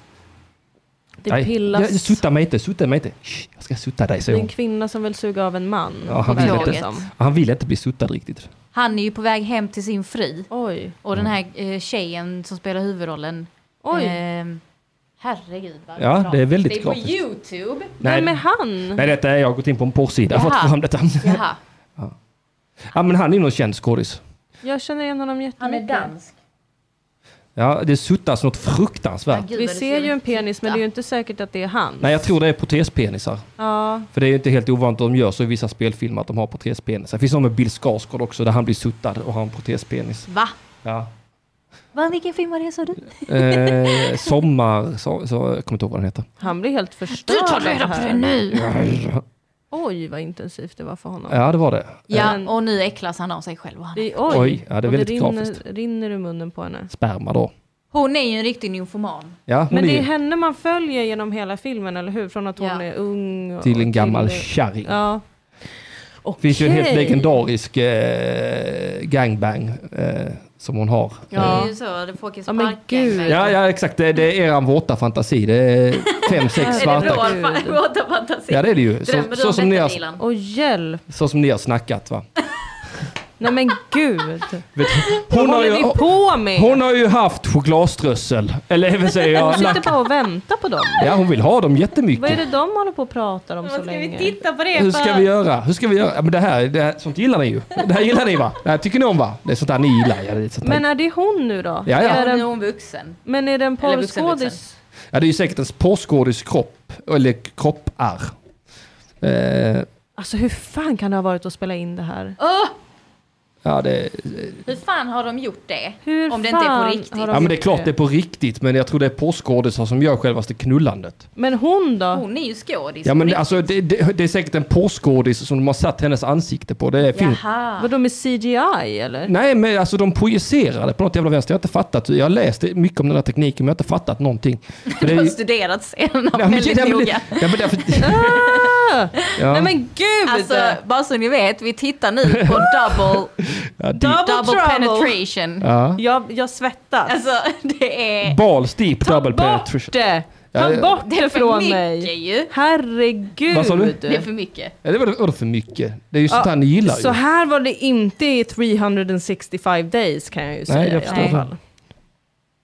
Det pillas...
Jag sutta mig inte. Shh, jag ska sutta dig,
Det
säger
är
hon.
en kvinna som vill suga av en man.
Ja, han vill inte bli suttad riktigt.
Han är ju på väg hem till sin fru.
Oj.
Och den här tjejen som spelar huvudrollen.
Oj.
Herregud. Vad
Ja,
bra.
det är väldigt
Det är på
grafiskt.
YouTube.
Vem är han?
Nej, detta är jag har gått in på en porrsida för att
Jaha.
få fram detta.
Jaha.
Ja, men han är nog känd skådis.
Jag känner igen honom
Han
jättemycket.
är dansk.
Ja, det suttas något fruktansvärt.
Ja, gud,
Vi
vad det
ser ju en
ut.
penis, men det är ju inte säkert att det är han.
Nej, jag tror det är protespenisar.
Ja.
För det är ju inte helt ovanligt att de gör så i vissa spelfilmer att de har protespenisar. Det finns någon med Bill Skarsgård också där han blir suttad och har en protespenis.
Va?
Ja.
Vilken film var det, sa du?
Sommar, så jag kommer inte ihåg vad den heter.
Han blir helt förstörd.
Du tar reda på det nu.
Oj, vad intensivt det var för honom.
Ja, det var det.
Ja, och nu äcklas han av sig själv.
Oj,
Oj, ja, det är
och
väldigt grafiskt.
rinner ur munnen på henne.
Sperma då.
Hon är ju en riktig nymfoman.
Ja, hon
Men det är
är
henne man följer genom hela filmen, eller hur? Från att hon
Ja.
är ung.
till en gammal
till-
kärring.
Ja.
Det finns ju en helt
Okej.
legendarisk gangbang som hon har.
Det är ju så, det folk är
Ja, men
sparkar.
gud.
Ja, exakt. Det är eran våta fantasi. Det är 5-6
Är det
svarta.
vår fantasi?
Ja, det är det ju.
Drömmer du
Så
om
som ni
detta,
har,
Dilan?
Åh, hjälp.
så som ni har snackat, va?
Nej men gud.
Vet,
Vad
hon, har
håller
ju,
ni på med?
hon har ju haft chokladströssel. Eller vad säger
Hon
jag?
sitter bara och väntar på dem.
Ja, hon vill ha dem
Vad är
jättemycket.
det de håller på och pratar om så
Ska vi
länge?
titta på det?
Hur ska vi göra? Ja, men det här, sånt gillar ni ju. Det här gillar ni, va? Det här tycker ni om, va? Det är sånt där ni gillar. Ja, det är sånt där.
Men är det hon nu då?
Ja.
Är
Nu är
den,
hon vuxen.
men är det en
Eller vuxen.
porrskådis?
Ja, det är ju säkert en porrskådis kropp. Eller kroppar.
Alltså hur fan kan det ha varit att spela in det här?
Ja,
Hur fan har de gjort det?
Hur
Om det inte är
fan
på riktigt.
har de
ja, men det är
gjort
klart det är på riktigt. Men jag tror det är porrskådisar som gör självaste knullandet.
Men hon då?
Hon är ju skådis.
Ja,
på
men
riktigt.
alltså det är säkert en porrskådis som de har satt hennes ansikte på. Det finns.
Jaha.
Vadå med CGI eller?
Nej, men alltså de projicerar det på något jävla vänster. Jag har inte fattat. Jag har läst mycket om den här tekniken men jag har inte fattat någonting. För det
Du
är
har
ju-
studerat scenen
Ja, men-
väldigt
ja, men-
noga.
Ja, men därför... Ja.
Nej men gud!
Alltså, bara så ni vet, vi tittar nu på double penetration.
Ja.
Jag svettas.
Alltså, det är...
Balls deep
Ta
double
bort
penetration.
det!
Ja,
Ta
ja.
bort
Det är
det
för
från
mycket
mig!
ju.
Herregud!
Vad sa du?
Det är för mycket.
Ja, det var för mycket. Det är ju sånt här ni gillar
Så
ju.
här var det inte i 365 days kan jag ju säga
jag
i
förstår.
alla fall.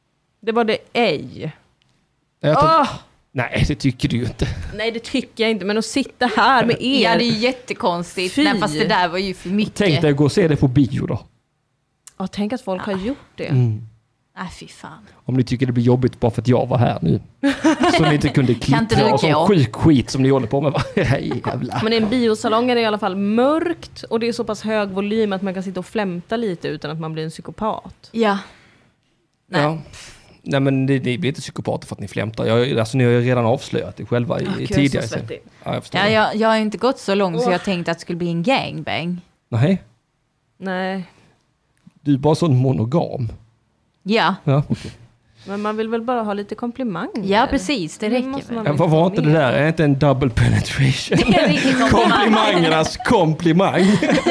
Det var det ej.
Nej, det tycker du ju inte.
Nej, det tycker jag inte. Men att sitta här med er.
Ja, det är jättekonstigt. Nej, fast det där var ju för mycket.
Tänk dig att gå och se det på bio då.
Ja, tänk att folk har gjort det.
Nej, fy fan.
Om ni tycker det blir jobbigt bara för att jag var här nu. Så ni inte kunde klippa och sån sjuk skit som ni håller på med.
Men en biosalong är det i alla fall mörkt. Och det är så pass hög volym att man kan sitta och flämta lite utan att man blir en psykopat.
Ja. Nej.
Ja. Nej, men ni blir inte psykopater för att ni flämtar. Ni har ju redan avslöjat det själva tidigare.
Jag har inte gått så långt så jag tänkte att det skulle bli en gangbang.
Nej.
Du är bara sån monogam.
Ja.
Okay.
Men man vill väl bara ha lite komplimanger.
Ja, precis. Det räcker väl.
Vad var inte det där? Är inte en double penetration?
Det är riktigt
komplimangernas komplimang.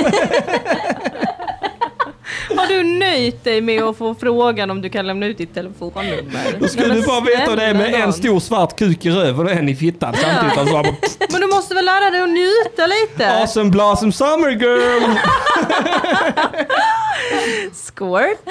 Har du nöjt dig med att få frågan om du kan lämna ut ditt telefonnummer?
Då skulle du bara veta det med en stor svart kuk i röven och en i fittan samtidigt. Alltså,
men du måste väl lära dig att njuta lite?
Awesome blossom summer girl!
Squirt.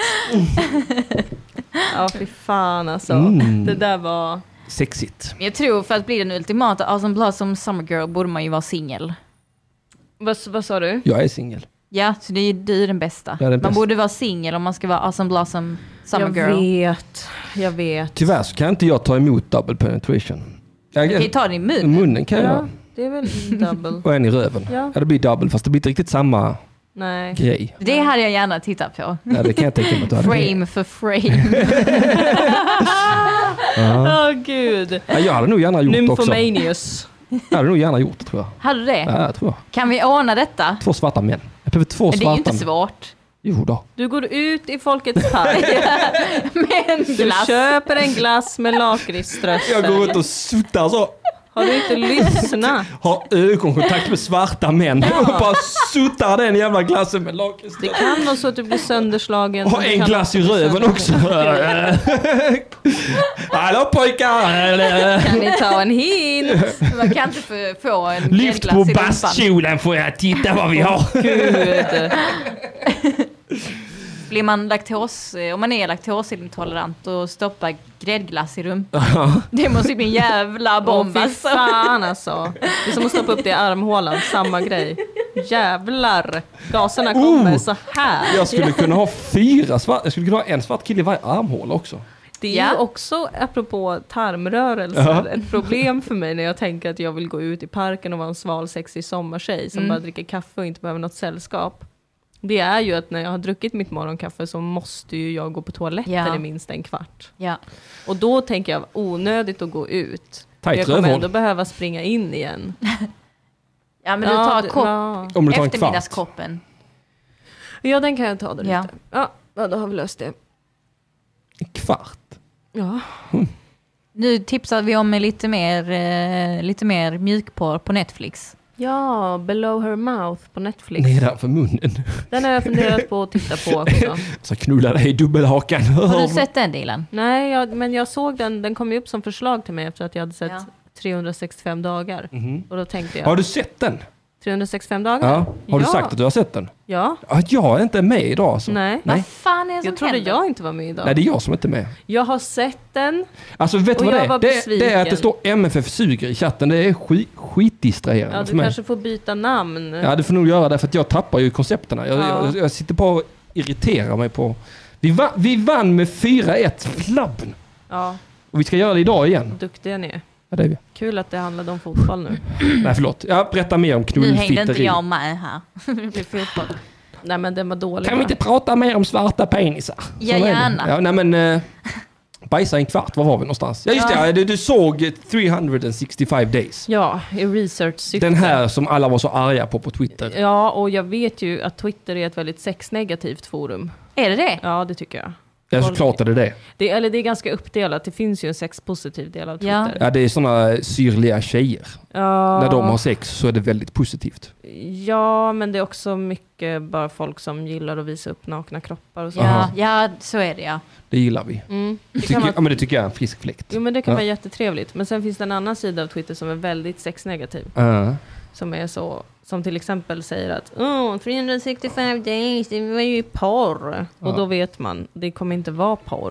Ja, fy fan alltså. Det där var...
sexigt.
Jag tror för att bli den ultimata Awesome blossom summer girl borde man ju vara singel.
Vad sa du?
Jag är singel.
Ja, så det är den bästa. Man borde vara singel om man ska vara Awesome blossom summer girl.
Jag vet.
Tyvärr så kan inte jag ta emot double penetration.
Du kan ju ta den i munnen.
Munnen kan jag.
Det är väl double.
Och en i röven. Ja, det blir double fast det blir inte riktigt samma grej.
Det hade jag gärna tittat på.
Ja, det kan jag tänka mig att du hade.
Frame för frame.
Gud.
Ja, jag hade nog gärna gjort
Nymphomanius.
Jag hade nog gärna gjort det, tror jag.
Hade du det?
Ja, jag tror jag.
Kan vi ordna detta?
2 svarta män. Jag behöver 2 svarta.
Det är ju inte svårt.
Jo då.
Du går ut i Folkets park
med en glass.
Du köper en glass med lakritsströssel.
Jag går ut och suttar så.
Har du inte lyssnat?
Har ögonkontakt med svarta män och bara suttar den jävla glassen med lakritsströssel.
Det kan vara så att du blir sönderslagen.
Och en glass i röven också. Hallå pojkar!
Kan ni ta en hint?
Man kan inte få en
lyft på bastkjolen får jag titta vad vi har.
Gud.
Blir man om man är laktosintolerant och stoppar gräddglass i rumpan. Det måste ju bli en jävla bomb.
Fy fan alltså. Det är som att stoppa upp det i armhålan. Samma grej. Jävlar. Gaserna kommer så här.
Jag skulle kunna ha 4 svart. Jag skulle kunna ha en svart kille i varje armhåla också.
Det är ju också, apropå tarmrörelser, ett problem för mig när jag tänker att jag vill gå ut i parken och vara en sval, sexig sommartjej som bara dricker kaffe och inte behöver något sällskap. Det är ju att när jag har druckit mitt morgonkaffe så måste ju jag gå på toaletten i minst en kvart. Ja. Och då tänker jag onödigt att gå ut. Jag kommer ändå behöva springa in igen.
Ja, men du tar eftermiddagskoppen.
Ja, den kan jag ta då lite. Ja, då har vi löst det.
En kvart?
Ja.
Nu tipsar vi om lite mer mjukporr på Netflix.
Ja, Below Her Mouth på Netflix.
Nedanför munnen.
Den har jag funderat på att titta på också.
Så knullar dig i dubbelhakan.
Har du sett den delen?
Nej, men jag såg den. Den kom ju upp som förslag till mig efter att jag hade sett 365 dagar. Och då tänkte jag...
Har du sett den?
365 dagar?
Ja. Har du sagt att du har sett den?
Ja.
Jag är inte med idag. Så.
Nej.
Vad fan är det som
jag trodde jag inte var med idag.
Nej, det är jag som inte är med.
Jag har sett den.
Alltså, vet du vad det är? Det är att det står MFF suger i chatten. Det är skitdistraherande.
Ja, du kanske får byta namn.
Ja, du får nog göra det för att jag tappar ju koncepterna. Jag sitter på och irriterar mig på... Vi vann med 4-1 flabben.
Ja.
Och vi ska göra det idag igen.
Duktiga ni är.
Ja, det är vi.
Kul att det handlade om fotboll nu.
Nej, förlåt. Jag berättar mer om knullfitteri.
Nu hängde inte jag med här. Det blir fotboll.
Nej, men den var dålig.
Kan vi inte prata mer om svarta penisar?
Ja, gärna.
Ja, nej, men... bajsa en kvart, var vi någonstans? Ja, just det. Du såg 365 days.
Ja, i research-syfte.
Den här som alla var så arga på Twitter.
Ja, och jag vet ju att Twitter är ett väldigt sexnegativt forum.
Är det?
Ja, det tycker jag.
Ja, såklart är det.
Det är ganska uppdelat. Det finns ju en sexpositiv del av Twitter.
Ja, det är såna syrliga tjejer. Ja. När de har sex så är det väldigt positivt.
Ja, men det är också mycket bara folk som gillar att visa upp nakna kroppar och så.
Ja, så är det, ja.
Det gillar vi. Men det tycker jag är en frisk fläkt.
Jo, men det kan vara jättetrevligt. Men sen finns det en annan sida av Twitter som är väldigt sexnegativ. Som är så... Som till exempel säger att 365 days, det var ju porr. Och då vet man, det kommer inte vara porr.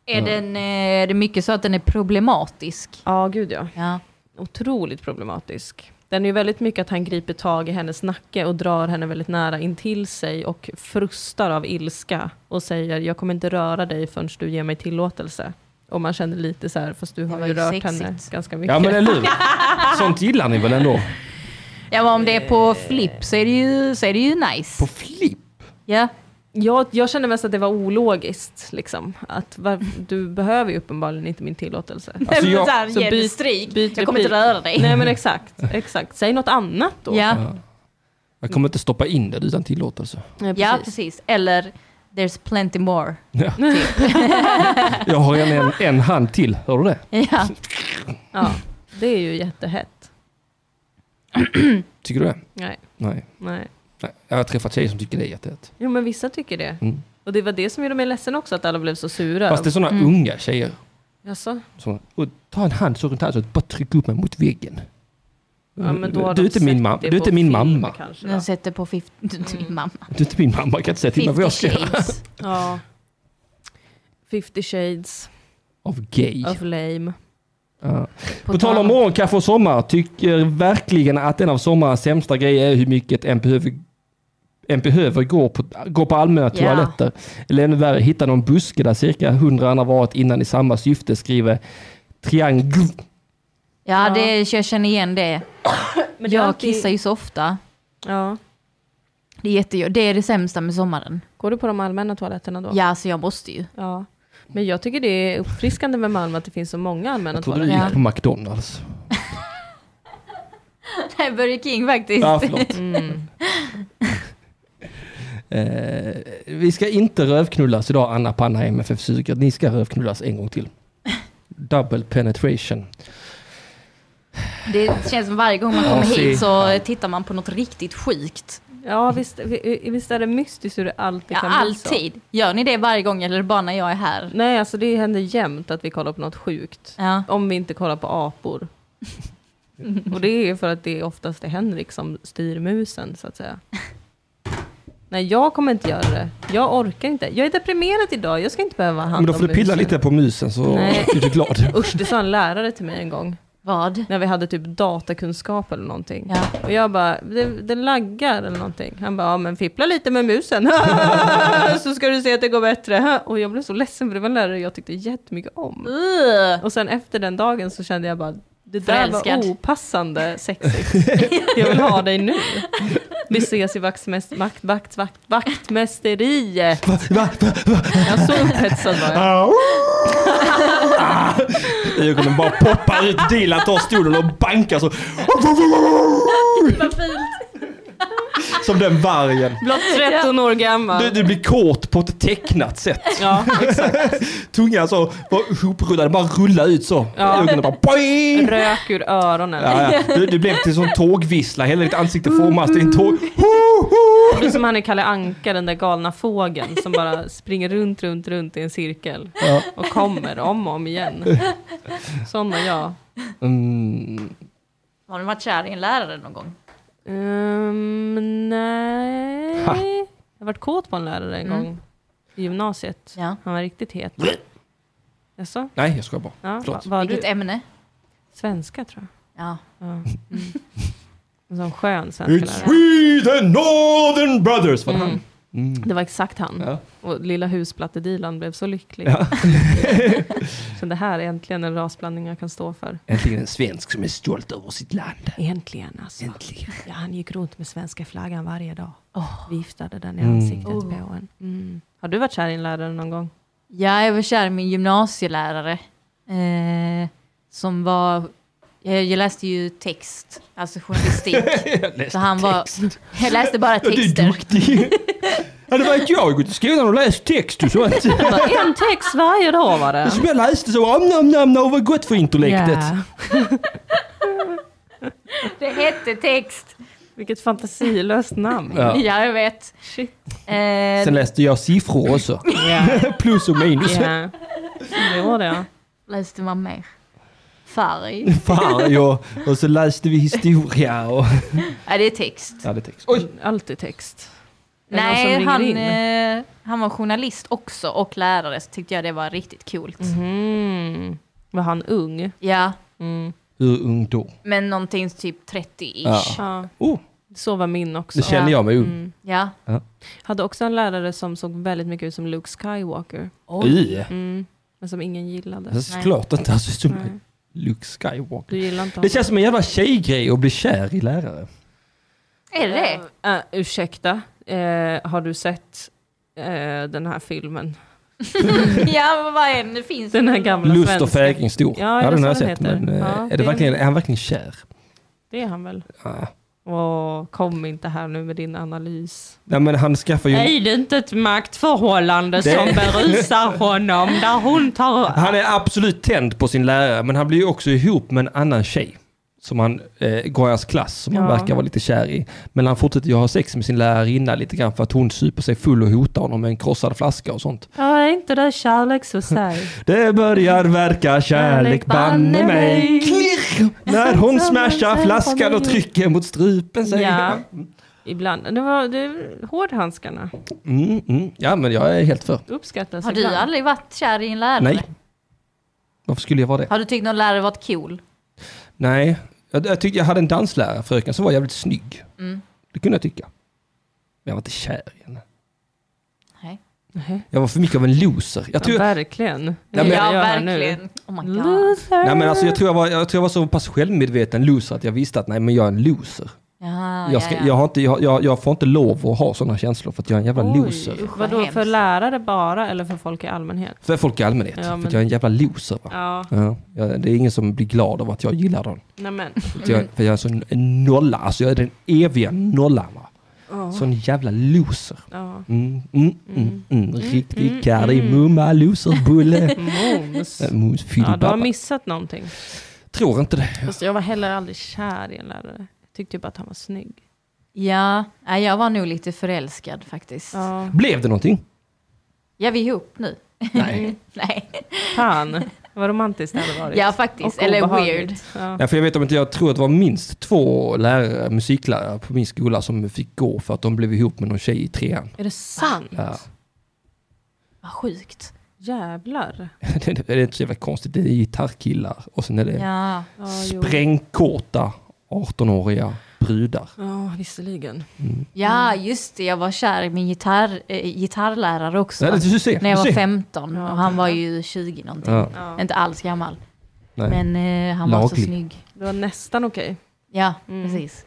Är det mycket så att den är problematisk?
Ja, gud ja.
Ja.
Otroligt problematisk. Den är ju väldigt mycket att han griper tag i hennes nacke och drar henne väldigt nära in till sig och frustar av ilska och säger, jag kommer inte röra dig förrän du ger mig tillåtelse. Och man känner lite så här, fast du har ju rört sexigt. Henne ganska mycket.
Ja, men eller hur? Sånt gillar ni väl ändå?
Ja, men om det är på flip så är det ju nice.
På flip?
Ja.
Jag kände mest att det var ologiskt. Liksom. Att du behöver ju uppenbarligen inte min tillåtelse.
Alltså jag kommer inte röra dig.
Nej, men exakt. Säg något annat då.
Ja.
Jag kommer inte stoppa in det utan tillåtelse.
Ja, precis. Eller there's plenty more.
Ja. Typ. Jag har en hand till. Hör du det?
Ja, det är ju jättehett.
Tycker du det?
Nej.
Jag har träffat tjejer som tycker det är jättehett.
Jo, men vissa tycker det. Och det var det som gjorde mig ledsen också, att alla blev så sura.
Fast det är sådana unga tjejer.
Jaså?
Och ta en hand så runt här så bara tryck upp mig mot väggen.
Ja, men då
du är inte min mamma. Du är inte min mamma.
Jag sätter på min mamma.
Du är inte min mamma. Jag kan inte säga till mig vad jag ska göra.
Ja. 50 shades.
Of gay.
Of lame.
Ja. På tal om morgonkaffe och sommar, tycker verkligen att en av sommarens sämsta grejer är hur mycket en behöver gå på allmänna toaletter. Eller ännu värre, hitta någon buske där cirka 100 andra varit innan i samma syfte, skriver Triangl.
Ja, jag känner igen det. Men jag kissar ju så ofta.
Ja.
Det är det sämsta med sommaren.
Går du på de allmänna toaletterna då?
Ja, så jag måste ju.
Ja. Men jag tycker det är uppfriskande med Malmö att det finns så många allmänna toaletter.
Jag trodde du gick på McDonalds.
Nej, Burger King faktiskt.
Ja, förlåt. Vi ska inte rövknullas idag, Anna Panna MFF suger. Ni ska rövknullas en gång till. Double penetration.
Det känns som varje gång man kommer hit så tittar man på något riktigt sjukt.
Ja, visst är det mystiskt hur det alltid kan bli så.
Alltid. Gör ni det varje gång eller bara när jag är här?
Nej, alltså det händer jämt att vi kollar på något sjukt.
Ja.
Om vi inte kollar på apor. Och det är för att det oftast är Henrik som styr musen, så att säga. Nej, jag kommer inte göra det. Jag orkar inte. Jag är deprimerad idag. Jag ska inte behöva hand om musen.
Men då får du pilla lite på musen så är du glad.
Usch, det sa en lärare till mig en gång.
Vad?
När vi hade typ datakunskap eller någonting.
Ja.
Och jag bara, det laggar eller någonting. Han bara, ja men fippla lite med musen. Så ska du se att det går bättre. Och jag blev så ledsen för det var en lärare jag tyckte jättemycket om. Och sen efter den dagen så kände jag bara, det där var opassande sexigt. Jag vill ha dig nu. Vi ses i vaktmästeriet. Jag så upphetsad var jag.
Jag kunde bara poppa ut Dilan, ta stolen och banka så.
Vad fint.
Som den vargen.
Blott 13 år gammal.
Du blir kåt på ett tecknat sätt.
Ja, exakt.
Tungan så bara ihoprullad, bara rulla ut så.
Ja.
Ögonen bara boing!
Rök ur öronen.
Ja. Du blev till sån tågvissla. Hela ditt ansikte formas till en tåg.
Det är som han är Kalle Anka, den där galna fågeln som bara springer runt i en cirkel.
Ja.
Och kommer om och om igen. Sån är jag.
Har du varit kär i en lärare någon gång?
Nej.
Ha.
Jag har varit kåt på en lärare en gång i gymnasiet.
Ja.
Han var riktigt het. Jaså?
Nej, jag ska bara.
Ja,
vilket ämne?
Svenska tror jag.
Ja.
En sån skön svenska
It's
lärare.
we the Northern Brothers. Var det han?
Det var exakt han.
Ja.
Och lilla husplattedilan blev så lycklig.
Ja.
Så det här är äntligen en rasblandning jag kan stå för.
Äntligen en svensk som är stolt över sitt land.
Äntligen alltså.
Äntligen.
Ja, han gick runt med svenska flaggan varje dag. Viftade den i ansiktet på en. Har du varit kär i en lärare någon gång?
Ja, jag var kär i min gymnasielärare. Som var... Jag läste ju text, alltså journalistik. Så han var... Jag läste bara texter.
Du är duktig. Ja, det var inte jag. Jag gick till skolan och läste text och sånt.
En text varje dag var det.
Som jag läste så och var gott för intellektet.
Yeah.
Det hette text.
Vilket fantasilöst namn.
Ja.
Ja, jag vet.
Shit.
Sen läste jag siffror också. Plus och minus.
Yeah. Det var det.
Läste man mer? Färg.
Färg och så läste vi historia. Och...
Ja, det är text.
Ja, det är text. Oj!
Alltid text.
Nej, han var journalist också och lärare, så tyckte jag det var riktigt coolt.
Var han ung?
Ja.
Hur ung då?
Men någonting typ 30-ish.
Ja. Så var min också.
Det känner jag mig ung.
Ja.
Hade också en lärare som såg väldigt mycket ut som Luke Skywalker. Men som ingen gillade.
Det är såklart inte. Alltså, som Luke Skywalker.
Du gillar inte
det känns som en jävla tjejgrej att bli kär i lärare.
Är det?
Ursäkta. Har du sett den här filmen?
Ja, vad är det? Finns
den här gamla
Lust
svenska.
och fägring stor.
Ja,
den har jag sett. Men är han verkligen kär?
Det är han väl.
Ja.
Kom inte här nu med din analys.
Nej, men han skaffar ju...
Är det inte ett maktförhållande som berusar honom där hon tar...
Han är absolut tänd på sin lärare, men han blir ju också ihop med en annan tjej som han går i hans klass, som han verkar vara lite kär i. Men han fortsätter ju ha sex med sin lärarinna lite grann för att hon super sig full och hotar honom med en krossad flaska och sånt.
Ja, är inte det kärlek så säg.
Det börjar verka kärlek banne mig. Klirr! När hon smashar flaskan och trycker mot strupen, säger han.
Ibland. Det var hårdhandskarna.
Ja, men jag är helt för.
Uppskattas
Har du
ibland.
aldrig varit kär i en lärare?
Nej. Varför skulle jag vara det?
Har du tyckt någon lärare varit cool?
Nej. Jag tyckte jag hade en danslärare, fröken, som var jävligt snygg. Det kunde jag tycka. Men jag var inte kär i henne.
Nej.
Jag var för mycket av en loser. Jag tror
verkligen.
Verkligen. Oh my god.
Loser.
Nej, men alltså, jag tror jag var så pass självmedveten loser att jag visste att jag är en loser. Jag får inte lov att ha sådana känslor för att jag är en jävla loser.
Vadå, för lärare bara eller för folk i allmänhet?
För folk i allmänhet. För att jag är en jävla loser. Va? Det är ingen som blir glad av att jag gillar dem. För jag är så en nolla. Alltså jag är den eviga nollan. Sån jävla loser. Riktigt kardemumma loserbulle.
Mums. Du har missat någonting.
Tror inte det.
Fast jag var heller aldrig kär i en lärare. Tyckte ju bara att han var snygg.
Ja, jag var nog lite förälskad faktiskt.
Blev det någonting?
Ja, vi är ihop nu.
Nej.
Nej.
Fan, vad romantiskt det hade varit.
Ja, faktiskt. Eller weird.
Ja, för jag tror att det var minst 2 musiklärare på min skola som fick gå för att de blev ihop med någon tjej i 3:an.
Är det sant?
Ja.
Vad sjukt.
Jävlar.
Det är inte så jävla konstigt. Det är gitarrkillar och sen är det sprängkåta 18-åriga brudar.
Ja, visserligen.
Ja, just det. Jag var kär i min gitarrlärare också.
Ja,
när jag var 15 och han var ju 20 någonting. Ja. Inte alls gammal. Nej. Men han var så snygg.
Det var nästan okej.
Ja, precis.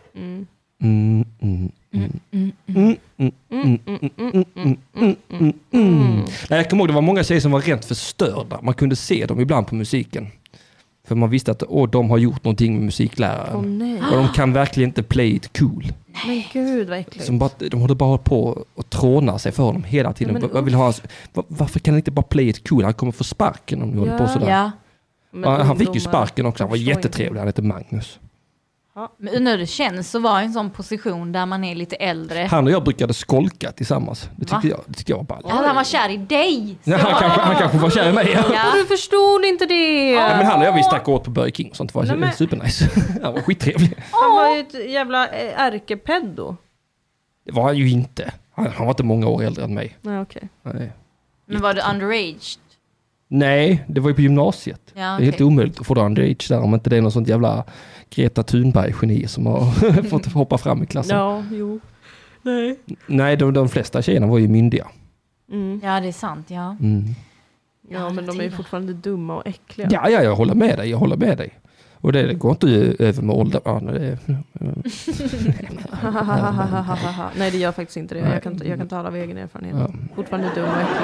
Jag kommer ihåg det var många tjejer som var rent förstörda. Man kunde se dem ibland på musiken. För man visste att de har gjort någonting med musikläraren. Och de kan verkligen inte play it cool.
Men gud vad äckligt.
De håller bara på att tråna sig för honom hela tiden. Varför kan han inte bara play it cool? Han kommer få sparken om du håller på sådär. Ja. Han fick ju sparken också. Han var jättetrevlig. Han heter Magnus.
Ja. Men när det känns så var en sån position där man är lite äldre.
Han och jag brukade skolka tillsammans. Det tyckte jag var ball.
Ja, han var kär i dig.
Ja, han kanske var kär i mig.
Ja. Du förstod inte det.
Ja, men han och jag, vi stack åt på Burger King och sånt. Det var supernice. Han var skittrevlig.
Han var ju ett jävla ärkepeddo.
Det var han ju inte. Han var inte många år äldre än mig.
Nej, okej.
Nej.
Men var du underage?
Nej, det var ju på gymnasiet. Ja, okay. Det är helt omöjligt att få det underage där om inte det är någon sånt jävla Greta Thunberg-geni som har fått hoppa fram i klassen.
Ja, jo.
Nej, de flesta tjejerna var ju myndiga.
Ja, det är sant, ja.
Ja, men de är ju fortfarande dumma och äckliga.
Ja, jag håller med dig. Och det går inte över med ålder.
Nej, det gör faktiskt inte det. Jag kan tala av egen erfarenhet. Ja. Fortfarande dum och äcklig.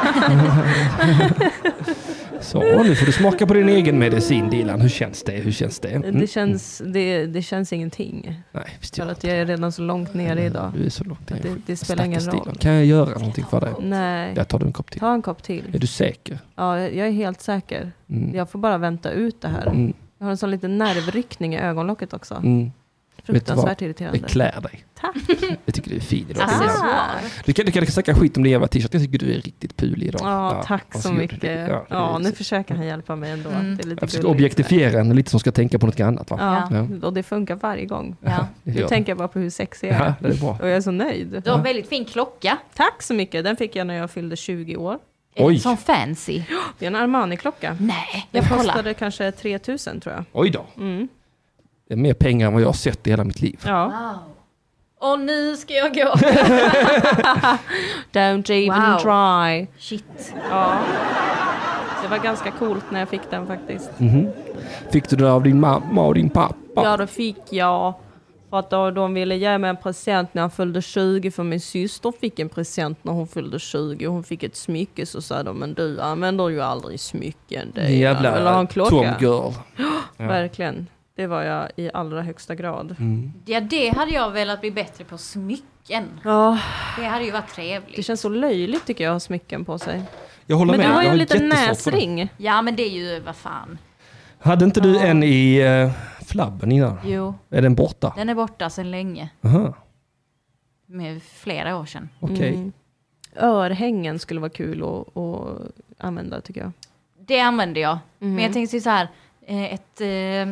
Så, nu får du smaka på din egen medicin, Dilan. Hur känns det?
Det känns ingenting.
Nej, visst
för att jag är redan så långt nere idag.
Du är så långt ner.
Det spelar ingen roll.
Dilan. Kan jag göra någonting för dig?
Nej.
Jag tar du en kopp till.
Ta en kopp till.
Är du säker?
Ja, jag är helt säker. Jag får bara vänta ut det här. Jag har en sån liten nervryckning i ögonlocket också. Fruktansvärt irriterande.
Det klär dig.
Tack.
Jag tycker du är fin idag.
Accessoar.
Du kan snacka skit om din jävla t-shirt. Jag tycker du är riktigt pulig idag.
Ja, tack så mycket. Ja, nu försöker han hjälpa mig ändå. Det är lite
jag försöker objektifiera henne lite som ska tänka på något annat. Va?
Ja, och det funkar varje gång.
Ja.
Nu tänker jag bara på hur sexig jag är.
Ja, det är bra.
Och jag är så nöjd.
Du har en väldigt fin klocka.
Tack så mycket. Den fick jag när jag fyllde 20 år.
Oj.
Som fancy.
Det är en Armani-klocka.
Nej,
Den
jag får
kostade
kolla.
kanske 3000 tror jag.
Oj då. Det är mer pengar än vad jag har sett i hela mitt liv.
Ja.
Wow. Och nu ska jag gå.
Don't even try.
Shit.
Ja. Det var ganska coolt när jag fick den faktiskt.
Fick du det av din mamma och din pappa?
Ja, det fick jag. För att de ville ge mig en present när jag fyllde 20. För min syster fick en present när hon fyllde 20. Hon fick ett smycke, så sa de, men du använder ju aldrig smycken.
Jävla
eller en klocka.
Tom Girl.
Ja. Verkligen. Det var jag i allra högsta grad.
Ja, det hade jag velat bli bättre på, smycken.
Ja.
Det hade ju varit trevligt.
Det känns så löjligt tycker jag att ha smycken på sig.
Jag håller
Men
med.
du har ju
Jag
en liten
jättesvårt för det.
näsring.
Ja, men det är ju, vad fan.
Hade inte du en i flabben innan?
Jo,
Är den borta?
den är borta sedan länge.
Aha,
Med flera år sedan.
okej.
Örhängen skulle vara kul att använda tycker jag.
Det använder jag. Men jag tänkte så här, ett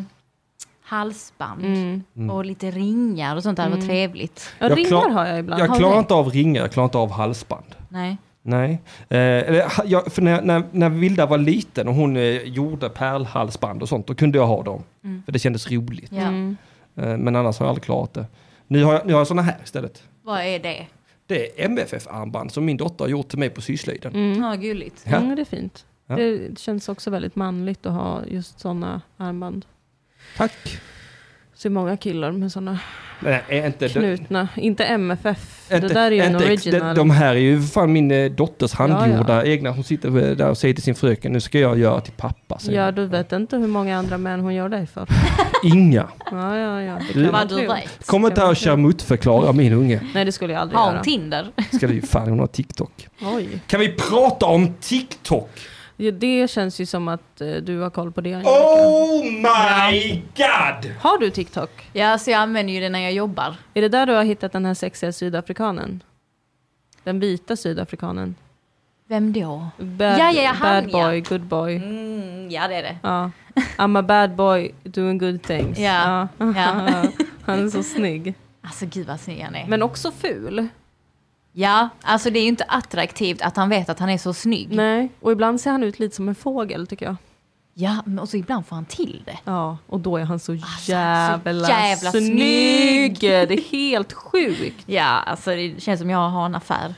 halsband och lite ringar och sånt där var trevligt.
Ja, ringar har jag ibland.
Jag klarar inte av ringar, jag klarar inte av halsband.
Nej.
Nej. För när Vilda var liten och hon gjorde pärlhalsband och sånt, då kunde jag ha dem. För det kändes roligt.
Ja.
Men annars har jag aldrig klarat det. Nu har jag såna här istället.
Vad är det?
Det är MFF-armband som min dotter har gjort till mig på syslöjden.
Ja, gulligt.
Ja.
Det är fint.
Ja.
Det känns också väldigt manligt att ha just sådana armband.
Tack.
Så många killar med sådana
Nej, inte
knutna. Inte MFF. Det där är ju en original.
De här är ju fan min dotters handgjorda egna. Hon sitter där och säger till sin fröken, nu ska jag göra till pappa.
Ja, du vet inte hur många andra män hon gör dig för.
Inga.
Ja.
Kommer inte här och charmutförklara min unge.
Nej, det skulle jag aldrig
Har
göra.
hon Tinder?
Ska det ju fan, hon har TikTok.
Oj.
Kan vi prata om TikTok?
Ja, det känns ju som att du har koll på det.
Oh my god!
Har du TikTok?
Ja, så jag använder ju det när jag jobbar.
Är det där du har hittat den här sexiga sydafrikanen? Den vita sydafrikanen?
Vem då?
Bad boy, good boy.
Ja, det är det.
Ja. I'm a bad boy doing good things.
Ja.
Han är så snygg.
Alltså gud vad snygg han är.
Men också ful.
Ja, alltså det är ju inte attraktivt att han vet att han är så snygg.
Nej, och ibland ser han ut lite som en fågel tycker jag.
Ja, men och så ibland får han till det.
Ja, och då är han så
Alltså,
jävla snygg. Det är helt sjukt.
Ja, alltså det känns som jag har en affär.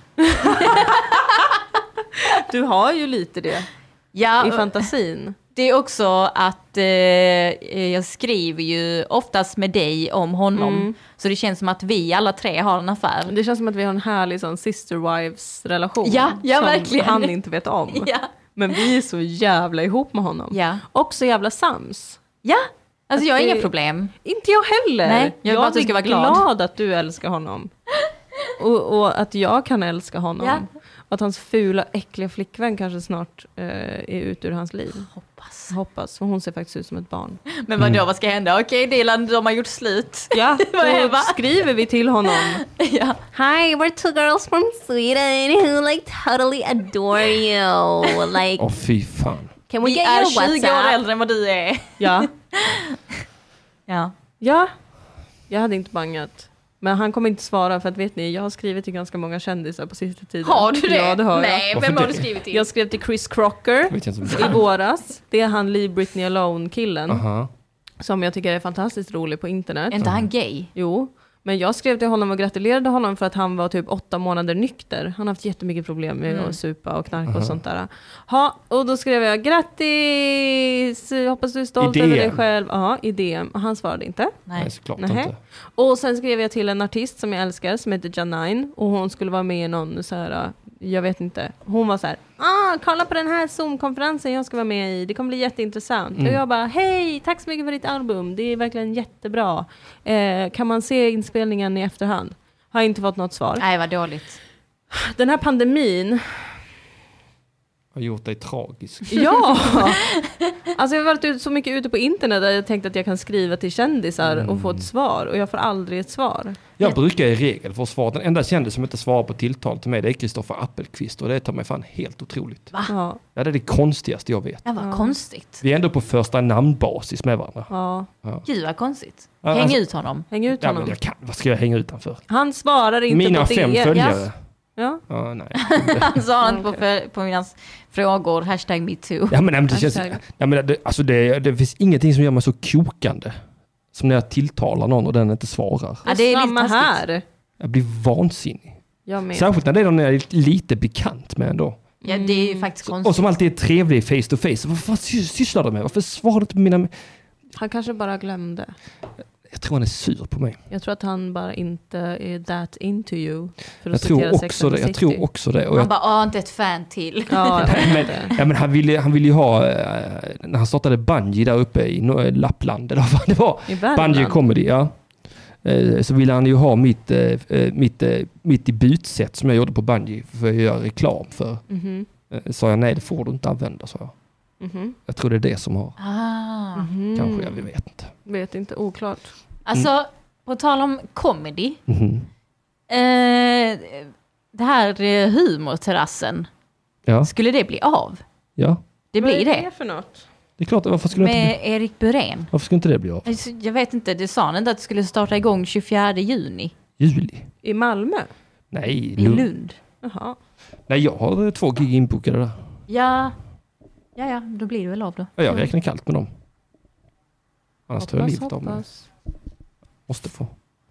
Du har ju lite det
Ja,
i fantasin.
det är också att jag skriver ju oftast med dig om honom. Så det känns som att vi alla tre har en affär.
Det känns som att vi har en härlig sån sister wives relation.
Ja,
som
verkligen.
han inte vet om.
Ja.
Men vi är så jävla ihop med honom.
Ja.
Och så jävla sams.
Ja, alltså jag har
det-
inga problem.
Inte jag heller.
Nej, jag vill bara att du ska vara glad.
Att du älskar honom. Och att jag kan älska honom.
Ja.
Och att hans fula, äckliga flickvän kanske snart är ute ur hans liv. Hoppas, för hon ser faktiskt ut som ett barn.
Men vad ska hända? Okej, Dilan, de har gjort slut.
Ja, då
Va?
skriver vi till honom.
Ja.
Hi, we're two girls from Sweden who like totally adore you. Like,
Fy fan.
can we
Vi
get
är
your
20 år
WhatsApp?
äldre än vad du är.
Ja.
Ja.
Ja, jag hade inte bangat. Men han kommer inte svara för att vet ni, jag har skrivit till ganska många kändisar på sista tiden.
Har du det?
Ja, det har jag.
Nej,
Varför
vem har
det?
du skrivit till?
Jag skrev till Chris Crocker
Vet jag inte.
i våras. Det är han Leave Britney Alone-killen.
Aha.
Som jag tycker är fantastiskt rolig på internet.
Är inte han gay?
Jo, men jag skrev till honom och gratulerade honom för att han var typ 8 månader nykter. Han har haft jättemycket problem med att supa och knarka och sånt där. Ja, och då skrev jag grattis, hoppas du är stolt
I
över
DM.
dig själv. Ja, i DM. Och han svarade inte.
Nej, såklart
Nähä.
inte.
Och sen skrev jag till en artist som jag älskar som heter Janine. Och hon skulle vara med i någon så här, jag vet inte. Hon var så här, kolla på den här Zoom-konferensen jag ska vara med i. Det kommer bli jätteintressant. Och jag bara, hej, tack så mycket för ditt album. Det är verkligen jättebra. Kan man se inspelningen i efterhand? Har inte fått något svar.
Nej, vad dåligt.
Den här pandemin.
Har gjort dig tragisk.
Ja! Alltså jag har varit så mycket ute på internet där jag tänkte att jag kan skriva till kändisar och få ett svar. Och jag får aldrig ett svar.
Jag brukar i regel få svar. Den enda kändis som inte svarar på tilltal till mig, det är Kristoffer Appelqvist. Och det tar mig fan helt otroligt.
Va?
Ja.
Ja, det är det konstigaste jag vet.
Det var konstigt.
Vi är ändå på första namnbasis med varandra.
Ja.
Gud vad konstigt.
Ja,
Häng
alltså-
ut honom.
Häng ut
Ja,
honom.
men vad ska jag hänga utanför?
Han svarar inte
Mina
på
5
det.
följare.
Ja.
Ja, nej.
Han svarade inte på mina frågor. #MeToo.
Ja, men det känns...
Hashtag.
Ja, men det finns ingenting som gör mig så kokande som när jag tilltalar någon och den inte svarar.
Ja, det är
Samma
lite taskigt.
här.
Jag blir vansinnig.
Jag med.
Särskilt när det är någon jag är lite bekant med ändå.
Ja, det är ju faktiskt
Och
konstigt.
som alltid är trevlig face to face. Vad sysslar du med? Varför svarar du inte på mina...
Han kanske bara glömde.
Jag tror han är sur på mig.
Jag tror att han bara inte är that into you. För att
Jag
citera
tror
Sex
också
and
det.
the
Jag tror
City.
också det. Och
Han
jag,
bara, inte ett fan till.
Ja,
men han ville ju ha... när han startade Bungie där uppe i Lappland. Eller vad det var.
I Värmland.
Bungie Comedy, ja. Så ville han ju ha mitt debutsätt som jag gjorde på Bungie för att göra reklam för.
Mhm.
Sa jag nej, det får du inte använda, sa jag.
Mhm.
Jag tror det är det som har...
Mhm.
Kanske, jag vet inte.
Vet inte, oklart.
Alltså, på tal om comedy.
Mhm.
Det här humorterrassen.
Ja,
Skulle det bli av?
ja.
Det blir
Vad är
det.
det för något?
Det är klart, varför skulle
Erik Burén.
inte det bli av?
Alltså, jag vet inte, det sa han inte att det skulle starta igång 24 juni
Juli?
I Malmö?
Nej,
i Lund.
Jaha.
Nej, jag har 2 gig inbokade där.
Ja, då blir det väl av då.
Ja, jag räknar kallt med dem. Annars tar jag livet av mig.
hoppas.
Måste få.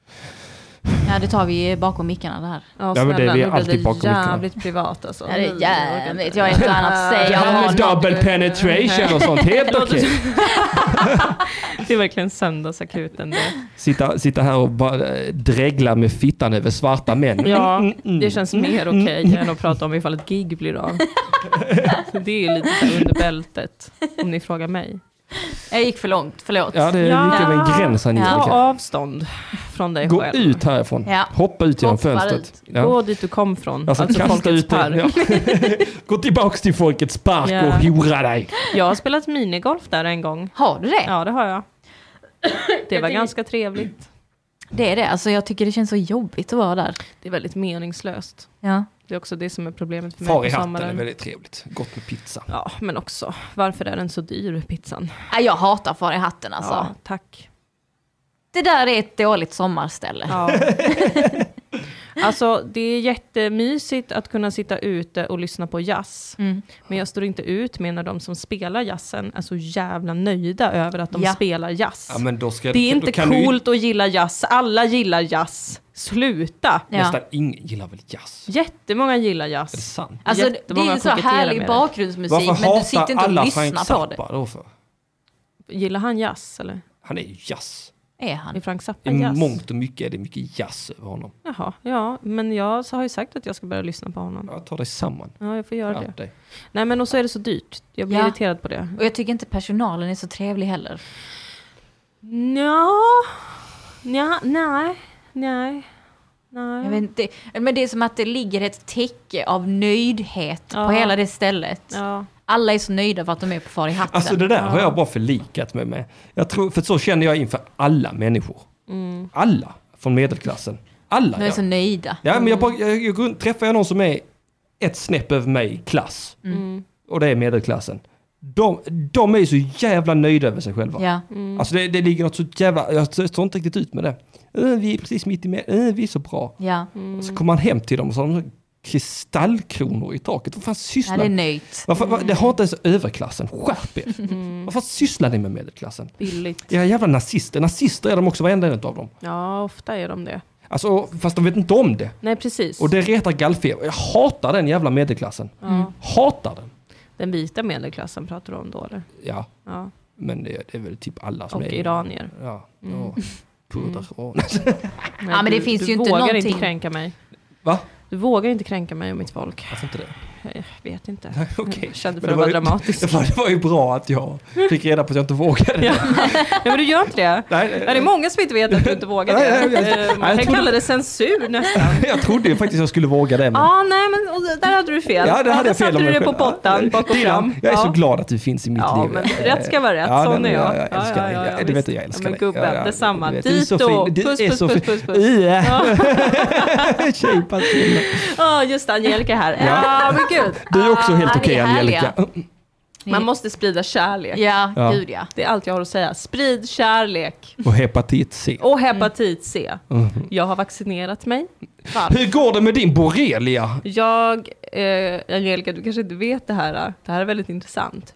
Ja, det tar vi bakom mickarna det här.
Ja,
men det är
snälla,
vi
nu blir
alltid
det
bakom mickarna.
jävligt privat alltså.
Ja, det är jävligt. Jag har inte annat att säga. Jag har
Double penetration och sånt, helt okej.
Det är verkligen söndagsakuten det.
Sitta här och bara dregla med fittan över svarta män.
Ja, det känns mer okej än att prata om ifall ett gig blir av. Så det är lite så här under bältet, om ni frågar mig.
Jag gick för långt, förlåt.
Ja, det är lite av en gräns han
Ja.
gick.
Ta avstånd från dig
Gå
själv.
ut härifrån.
Ja.
Hoppa ut genom
Hoppar
fönstret.
ut.
Ja.
Gå dit du kom från.
Alltså,
Alltså
kasta
Folkets
ut det.
park.
Ja. Gå tillbaks till Folkets park
Ja.
och hora dig.
Jag har spelat minigolf där en gång.
Har du det?
Ja, det har jag. Det var ganska trevligt.
Det är det. Alltså, jag tycker det känns så jobbigt att vara där.
Det är väldigt meningslöst.
Ja.
Det är också det som är problemet för mig
Far i
på
hatten är
sommaren.
väldigt trevligt. Gott med pizza.
Ja, men också, varför är den så dyr, pizzan?
Nej, jag hatar far i hatten alltså.
Ja, tack.
Det där är ett dåligt sommarställe.
Ja. Alltså, det är jättemysigt att kunna sitta ute och lyssna på jazz.
Mm.
Men jag står inte ut med när de som spelar jazzen är så jävla nöjda över att de
Ja.
spelar jazz.
Ja, men då ska
Det är
då
inte
kan du-
coolt att gilla jazz. Alla gillar jazz. Sluta!
Ja.
Nästan ingen gillar väl jazz?
Jättemånga gillar
Är det
jazz.
sant?
Alltså, det
Jättemånga
är ju så
koketterar
härlig
med det.
bakgrundsmusik,
Varför
men du
hatar
sitter inte och
alla Frank
lyssnar på det.
Zappa då för?
Gillar han jazz eller?
Han är ju jazz.
Är
Är
han?
Frank Zappa
I
jazz?
mångt och mycket är det mycket jazz över honom.
Jaha, ja. Men jag har ju sagt att jag ska börja lyssna på honom.
Jag tar dig samman.
Ja, jag får göra
Ja,
det.
dig.
Nej, men och så är det så dyrt. Jag blir
Ja.
irriterad på det.
Och jag tycker inte personalen är så trevlig heller.
Nej.
Jag vet inte, men det är som att det ligger ett täcke av nöjdhet
Ja.
på hela det stället.
Ja.
Alla är så nöjda för att de är på far i hatten.
Alltså det där har jag bara förlikat mig med. Jag tror, för så känner jag inför alla människor. Alla från medelklassen. Alla.
De är så nöjda.
Ja, men jag går runt, träffar jag någon som är ett snäpp över mig i klass. Och det är medelklassen. De är så jävla nöjda över sig själva.
Ja.
Alltså det ligger något så jävla... Jag står inte riktigt ut med det. Vi är precis mitt i med. Vi är så bra.
Ja.
Och så kommer man hem till dem och så har de kristallkronor i taket. Vad fan
Ja,
sysslar
det är
ni?
nöjt.
Det har inte ens överklassen. Skärp er. Vad fan sysslar ni med medelklassen?
Billigt.
Era jävla nazister. Nazister är de också, varenda en av dem.
Ja, ofta är de det.
Alltså, fast de vet inte om det.
Nej, precis.
Och det retar gallfeber. Jag hatar den jävla medelklassen. Hatar den.
Den vita medelklassen pratar du om då, eller?
Ja,
Ja.
men det är väl typ alla som
Och
är...
iranier.
Ja, och kurder och...
Nej,
Ja, men det finns
du
ju inte
vågar
någonting.
inte kränka mig.
Va?
Du vågar inte kränka mig och mitt folk.
Varför inte det?
Jag vet inte.
Okej.
Jag kände för att vara dramatisk.
Det var ju bra att jag fick reda på att jag inte vågade.
Ja, men du gör inte det. Nej. Det är många som inte vet att du inte vågade det. Man kan kalla det censur nästan.
Jag trodde ju faktiskt jag skulle våga det. Men...
Ja, nej, men där hade du fel.
Ja, det hade jag fel.
Satte du det på pottan, bak och fram.
Jag är så glad att du finns i mitt liv.
Ja, men rätt ska vara rätt. Sån är jag.
Jag älskar dig. Du vet att jag älskar dig.
Men gubben, detsamma.
Dito.
Puss. Ja, just Angelica här. Ja, men gud.
Du är också helt okej, Angelica.
Man måste sprida kärlek.
Ja, gud ja.
Det är allt jag har att säga. Sprid kärlek.
Och hepatit C.
C. Jag har vaccinerat mig.
Hur går det med din borrelia?
Angelica, du kanske inte vet det här. Det här är väldigt intressant.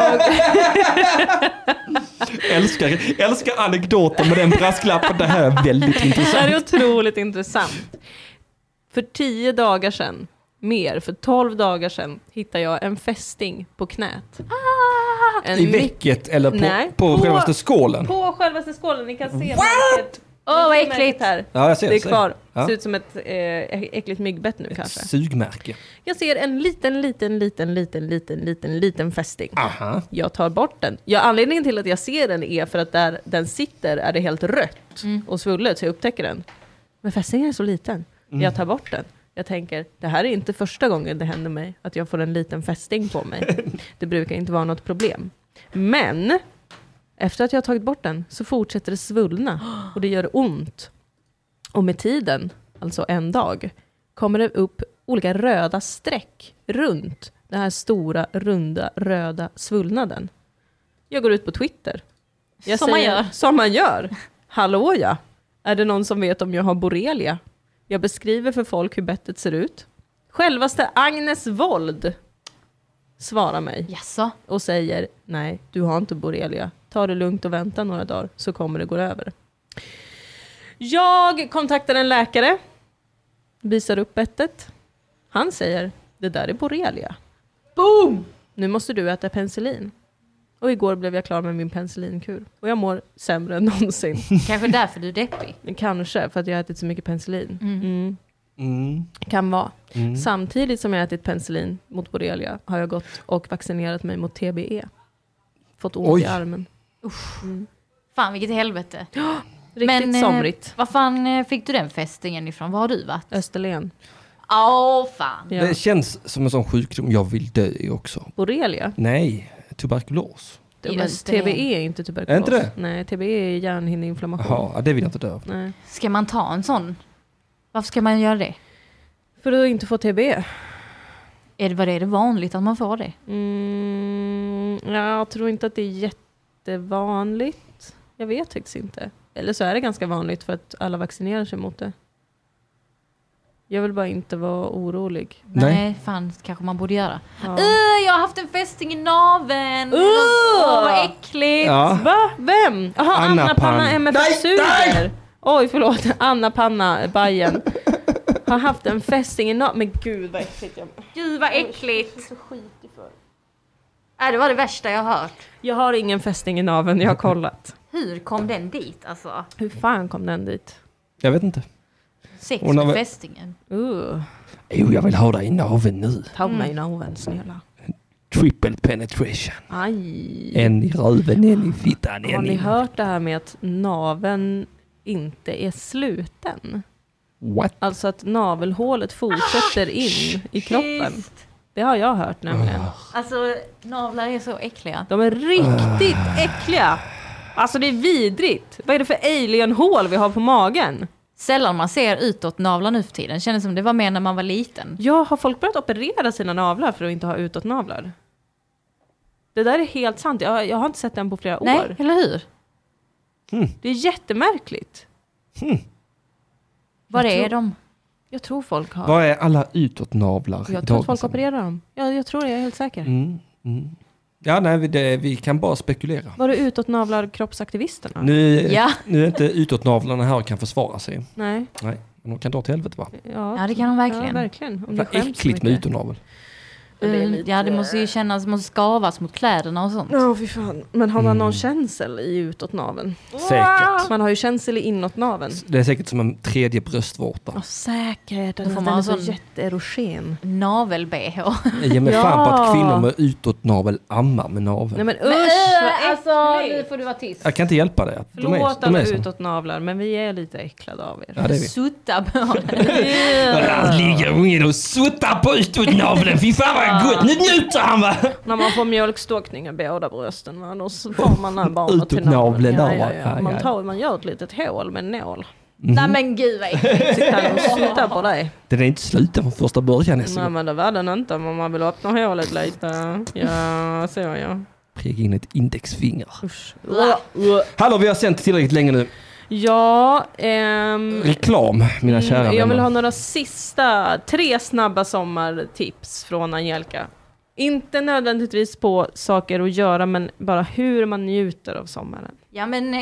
Älskar anekdoter med den brasklappen. Det här är väldigt intressant. Det här är otroligt intressant. För 10 dagar sedan, för 12 dagar sedan, hittade jag en fästing på knät.
I väcket eller på självaste skålen?
På självaste skålen, ni kan se märket.
Vad äckligt
här.
Ja, jag ser
det är kvar.
Ja.
Ser ut som ett äckligt myggbett nu kanske.
Sugmärke.
Jag ser en liten fästing.
Aha.
Jag tar bort den. Anledningen till att jag ser den är för att där den sitter är det helt rött och svullet, så jag upptäcker den. Men fästingen är så liten. Jag tar bort den. Jag tänker, det här är inte första gången det händer mig att jag får en liten fästing på mig. Det brukar inte vara något problem. Men efter att jag har tagit bort den så fortsätter det svullna och det gör ont. Och med tiden, alltså en dag, kommer det upp olika röda streck runt den här stora, runda, röda svullnaden. Jag går ut på Twitter. Som man gör. Hallå ja. Är det någon som vet om jag har borrelia? Jag beskriver för folk hur bettet ser ut. Självaste Agnes Wold svarar mig.
Jaså?
Och säger, nej, du har inte borrelia. Ta det lugnt och vänta några dagar så kommer det gå över. Jag kontaktar en läkare. Visar upp bettet. Han säger, det där är borrelia. Boom! Nu måste du äta penicillin. Och igår blev jag klar med min penicillinkur. Och jag mår sämre än någonsin.
Kanske därför du är deppig.
Kanske, för att jag har ätit så mycket penicillin. Kan vara. Samtidigt som jag ätit penicillin mot borrelia har jag gått och vaccinerat mig mot TBE. Fått ont i armen.
Fan, vilket helvete.
Riktigt somrigt.
Vad fan fick du den fästingen ifrån? Var har du varit?
Österlen.
Fan.
Ja. Det känns som en sån sjukdom jag vill dö i också.
Borrelia?
Nej, tuberkulos.
TBE är inte tuberkulos.
Är inte det?
Nej, TBE är hjärnhinneinflammation.
Ja, det vill jag inte dö av.
Nej.
Ska man ta en sån? Varför ska man göra det?
För att inte få TBE.
Är det vanligt att man får det?
Jag tror inte att det är jättevanligt. Jag vet faktiskt inte. Eller så är det ganska vanligt för att alla vaccinerar sig mot det. Jag vill bara inte vara orolig.
Nej, fan, kanske man borde göra. Ja. Jag har haft en fästing i naveln. Vad äckligt.
Ja.
Va? Vem? Jaha, Anna Panna MF-suger. Oj, förlåt. Anna Panna Bajen. Har haft en fästing i naveln. Men gud vad äckligt.
Gud vad äckligt. Så skitig för. Det var det värsta jag har hört.
Jag har ingen fästing i naveln, jag har kollat.
Hur kom den dit alltså?
Hur fan kom den dit?
Jag vet inte.
Sex med fästingen.
Jag vill ha dig i naveln nu.
Ta mig i naveln, snälla.
Triple penetration.
Aj.
En i röven, en i fittan.
Har ni hört det här med att naveln inte är sluten?
What?
Alltså att navelhålet fortsätter in i kroppen. Det har jag hört nämligen.
Alltså navlar är så äckliga.
De är riktigt äckliga. Alltså det är vidrigt. Vad är det för alienhål vi har på magen?
Sällan man ser utåt navlar nu för tiden. Känns som det var mer när man var liten.
Ja, har folk börjat operera sina navlar för att inte ha utåt navlar? Det där är helt sant. Jag har inte sett den på flera år.
Nej, eller hur?
Det är jättemärkligt.
Var är de?
Jag tror folk har.
Vad är alla utåt navlar?
Jag tror att folk opererar dem. Ja, jag tror det, jag är helt säker.
Ja, nej, vi kan bara spekulera.
Var det utåt navlar kroppsaktivisterna?
Nu är inte utåt navlarna här och kan försvara sig.
Nej.
Men de kan dra till helvete, va?
Ja, det kan de verkligen.
Ja, verkligen. Om
det är äckligt med utåt navel.
Det måste ju kännas, måste skavas mot kläderna och sånt.
Ja, fy fan. Men har man någon känsel i utåtnaveln?
Säkert.
Man har ju känsel i inåtnaveln.
Det är säkert som en tredje bröstvårta.
Ja, säkert.
Då får
Den
man
är så
sån-
jätteerogen.
Navel-BH.
Jag ger mig fan på att kvinnor med utåtnavel ammar med naveln.
Nej men usch, vad
Alltså,
äckligt.
nu får du vara tyst.
Jag kan inte hjälpa det.
Förlåt alla utåtnavlar, men vi är lite äcklade av er.
Ja, det är vi.
Sutta på det.
Där ligger ungen och suttar på utåtnaveln. Fy fan vad gott. Nu njuter han va?
När man får mjölkstockning i båda brösten, va? Då får man när barnet till
Utåtnaveln
naveln.
där, va? Ja.
Man gör ett litet hål med en nål.
Nej men gud vad äckligt.
Så kan de sluta på dig.
Den är inte sluten från första början.
Nej men det var den inte, om man vill öppna hålet lite. Ja, så ja.
Prega in ett indexfinger.
Usch.
Hallå, vi har sänt tillräckligt länge nu.
Ja,
Reklam, mina kära
jag vill
vänner.
ha några sista 3 snabba sommartips från Angelica. Inte nödvändigtvis på saker att göra, men bara hur man njuter av sommaren.
Ja men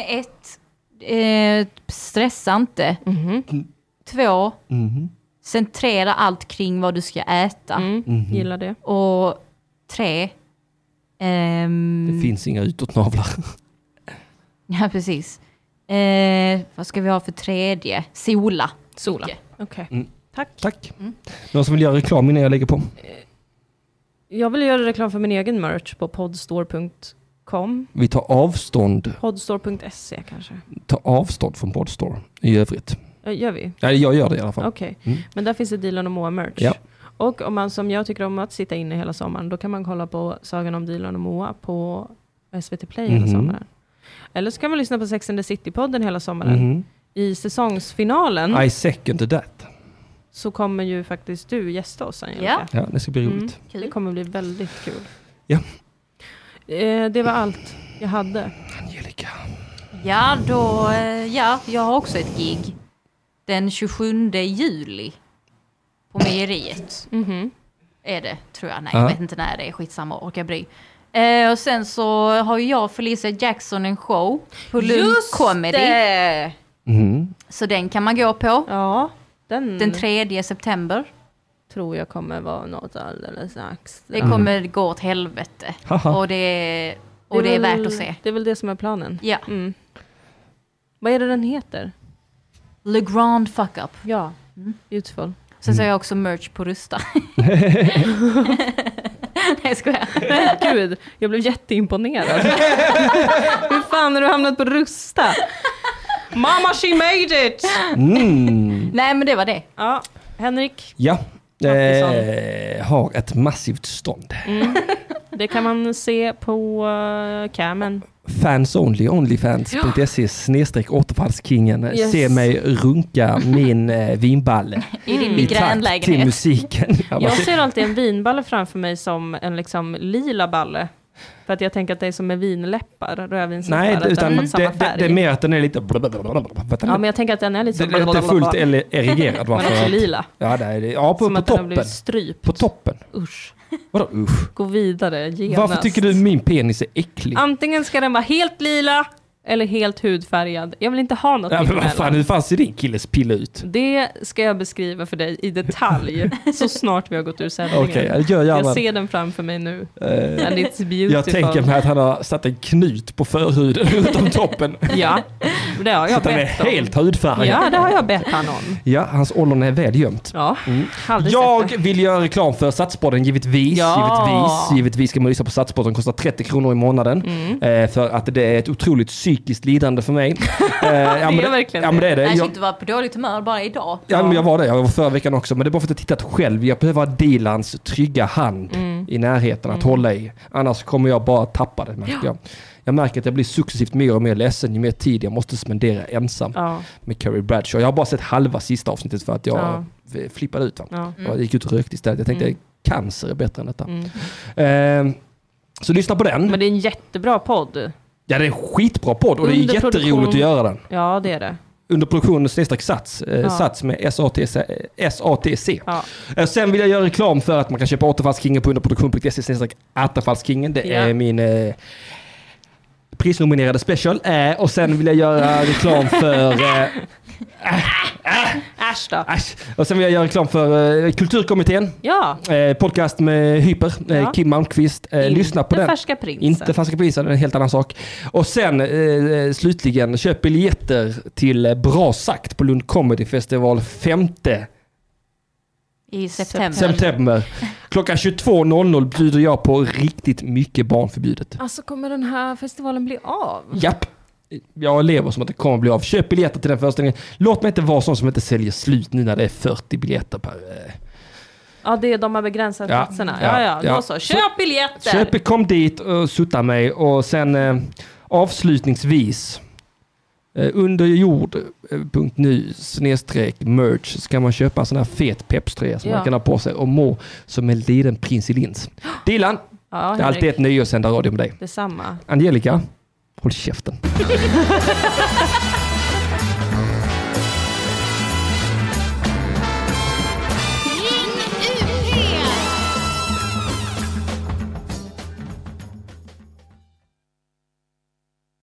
stressa inte. 2, centrera allt kring vad du ska äta.
Gillar det.
Och 3,
Det finns inga utåtnavlar.
ja precis. Vad ska vi ha för 3? Sola.
Sola. Okej. Tack.
Någon som vill göra reklam innan jag lägger på?
Jag vill göra reklam för min egen merch på podstore.com.
Vi tar avstånd.
Podstore.se kanske.
Ta avstånd från Podstore i övrigt.
Gör vi?
Ja, jag gör det i alla fall.
Okej. Men där finns det Dilan och Moa merch.
Ja.
Och om man som jag tycker om att sitta inne hela sommaren, då kan man kolla på Sagan om Dilan och Moa på SVT Play hela sommaren. Eller så kan man lyssna på Sex and the City-podden hela sommaren. I säsongsfinalen
I second that.
så kommer ju faktiskt du gästa oss, Angelica.
Ja, det ska bli roligt.
Det kommer bli väldigt kul.
Ja.
Det var allt jag hade.
Angelica.
Ja, då, jag har också ett gig. Den 27 juli. På mejeriet. Är det, tror jag. Nej, jag vet inte när det är. Skitsamma, orkar bry. Och sen så har ju jag och Felicia Jackson en show på Lund Comedy.
Det!
Så den kan man gå på.
Ja,
Den 3 september.
tror jag kommer vara något alldeles strax.
Det kommer gå åt helvete. Och det är värt att se.
Det är väl det som är planen.
Ja.
Vad är det den heter?
Le Grand Fuck Up.
Ja, beautiful.
Sen så har jag också merch på Rusta. Nej, jag skojar.
Gud, jag blev jätteimponerad. Hur fan har du hamnat på Rusta? Mama, she made it!
Nej, men det var det.
Ja, Henrik.
Ja, har ett massivt stånd.
Det kan man se på Camen.
Fans only, onlyfans.se/återfallskingen.
Yes.
Se mig runka min vinballe.
I din
I takt till
migränlägenhet.
musiken.
Jag ser alltid en vinballe framför mig som en liksom lila balle. För att jag tänker att det är som med vinläppar, rödvinsläppar.
Nej,
att den
utan
har fått samma färg.
det är mer att den är lite...
Ja, men jag tänker att den är lite så...
Den är inte fullt erigerad.
Men också lila.
Ja, det är det. Ja,
Som
på
att den har
toppen.
blivit strypt.
På toppen.
Usch.
Vadå usch?
Gå vidare, genast.
Varför tycker du min penis är äcklig?
Antingen ska den vara helt lila eller helt hudfärgad. Jag vill inte ha något
Ja, men vad fan, hur fan ser din killes pille ut?
Det ska jag beskriva för dig i detalj så snart vi har gått ur sändningen.
Okej, gör gärna.
Jag ser den framför mig nu. And it's beautiful.
Jag tänker mig att han har satt en knut på förhuden runt om toppen.
Ja, det har
Så
jag
att den är
bett om.
helt hudfärgad.
Ja, det har jag bett han om.
Ja, hans ollon är väl gömt.
Ja, aldrig
Jag
sett det.
vill göra reklam för Satspodden, givetvis.
Ja.
Givetvis ska man lyssna på Satspodden. Kostar 30 kronor i månaden. För att det är ett otroligt psykiskt lidande för mig.
Det är verkligen
ja, men det är det.
Jag
Jag,
ska inte vara på dåligt humör bara idag.
ja, men jag var det. Jag var förra veckan också. Men det är bara för att jag tittat själv. Jag behöver ha Dilans trygga hand i närheten att hålla i. Annars kommer jag bara tappa det, märker jag. Jag märker att jag blir successivt mer och mer ledsen ju mer tid jag måste spendera ensam med Carrie Bradshaw. Jag har bara sett halva sista avsnittet för att jag flippade ut. Jag gick ut och rökte istället. Jag tänkte cancer är bättre än detta. Så lyssna på den.
Men det är en jättebra podd.
Ja, det är en skitbra podd och det är jätteroligt att göra den.
Ja, det är det.
Under produktion Sats. Sats med SATC.
Ja.
Sen vill jag göra reklam för att man kan köpa Återfallskingen på underproduktion.se/Återfallskingen. Det är min prisnominerade special. Och sen vill jag göra reklam för...
Äsch då.
Och sen vill jag göra reklam för Kulturkommittén.
Ja.
Podcast med Hyper.
Ja.
Kim Malmqvist. Lyssna på den.
Färska prinsen.
Inte Färska prinsen, det är en helt annan sak. Och sen slutligen, köp biljetter till Bra sagt på Lund Comedy Festival 5
i
september. Klockan 22.00 bjuder jag på riktigt mycket barnförbjudet.
Alltså kommer den här festivalen bli av?
Japp. Jag lever som att det kommer bli av. Köp biljetter till den föreställningen. Låt mig inte vara sån som inte säljer slut nu när det är 40 biljetter per...
Ja, det är de här begränsade platserna. Då så. Köp biljetter!
Kom dit och sutta mig. Och sen avslutningsvis underjord.nu/merch ska man köpa en sån här fet pepströja som man kan ha på sig och må som en liten prins i lins. Dilan, det är alltid ett nöje att sända radio med dig.
Detsamma.
Angelica, håll käften.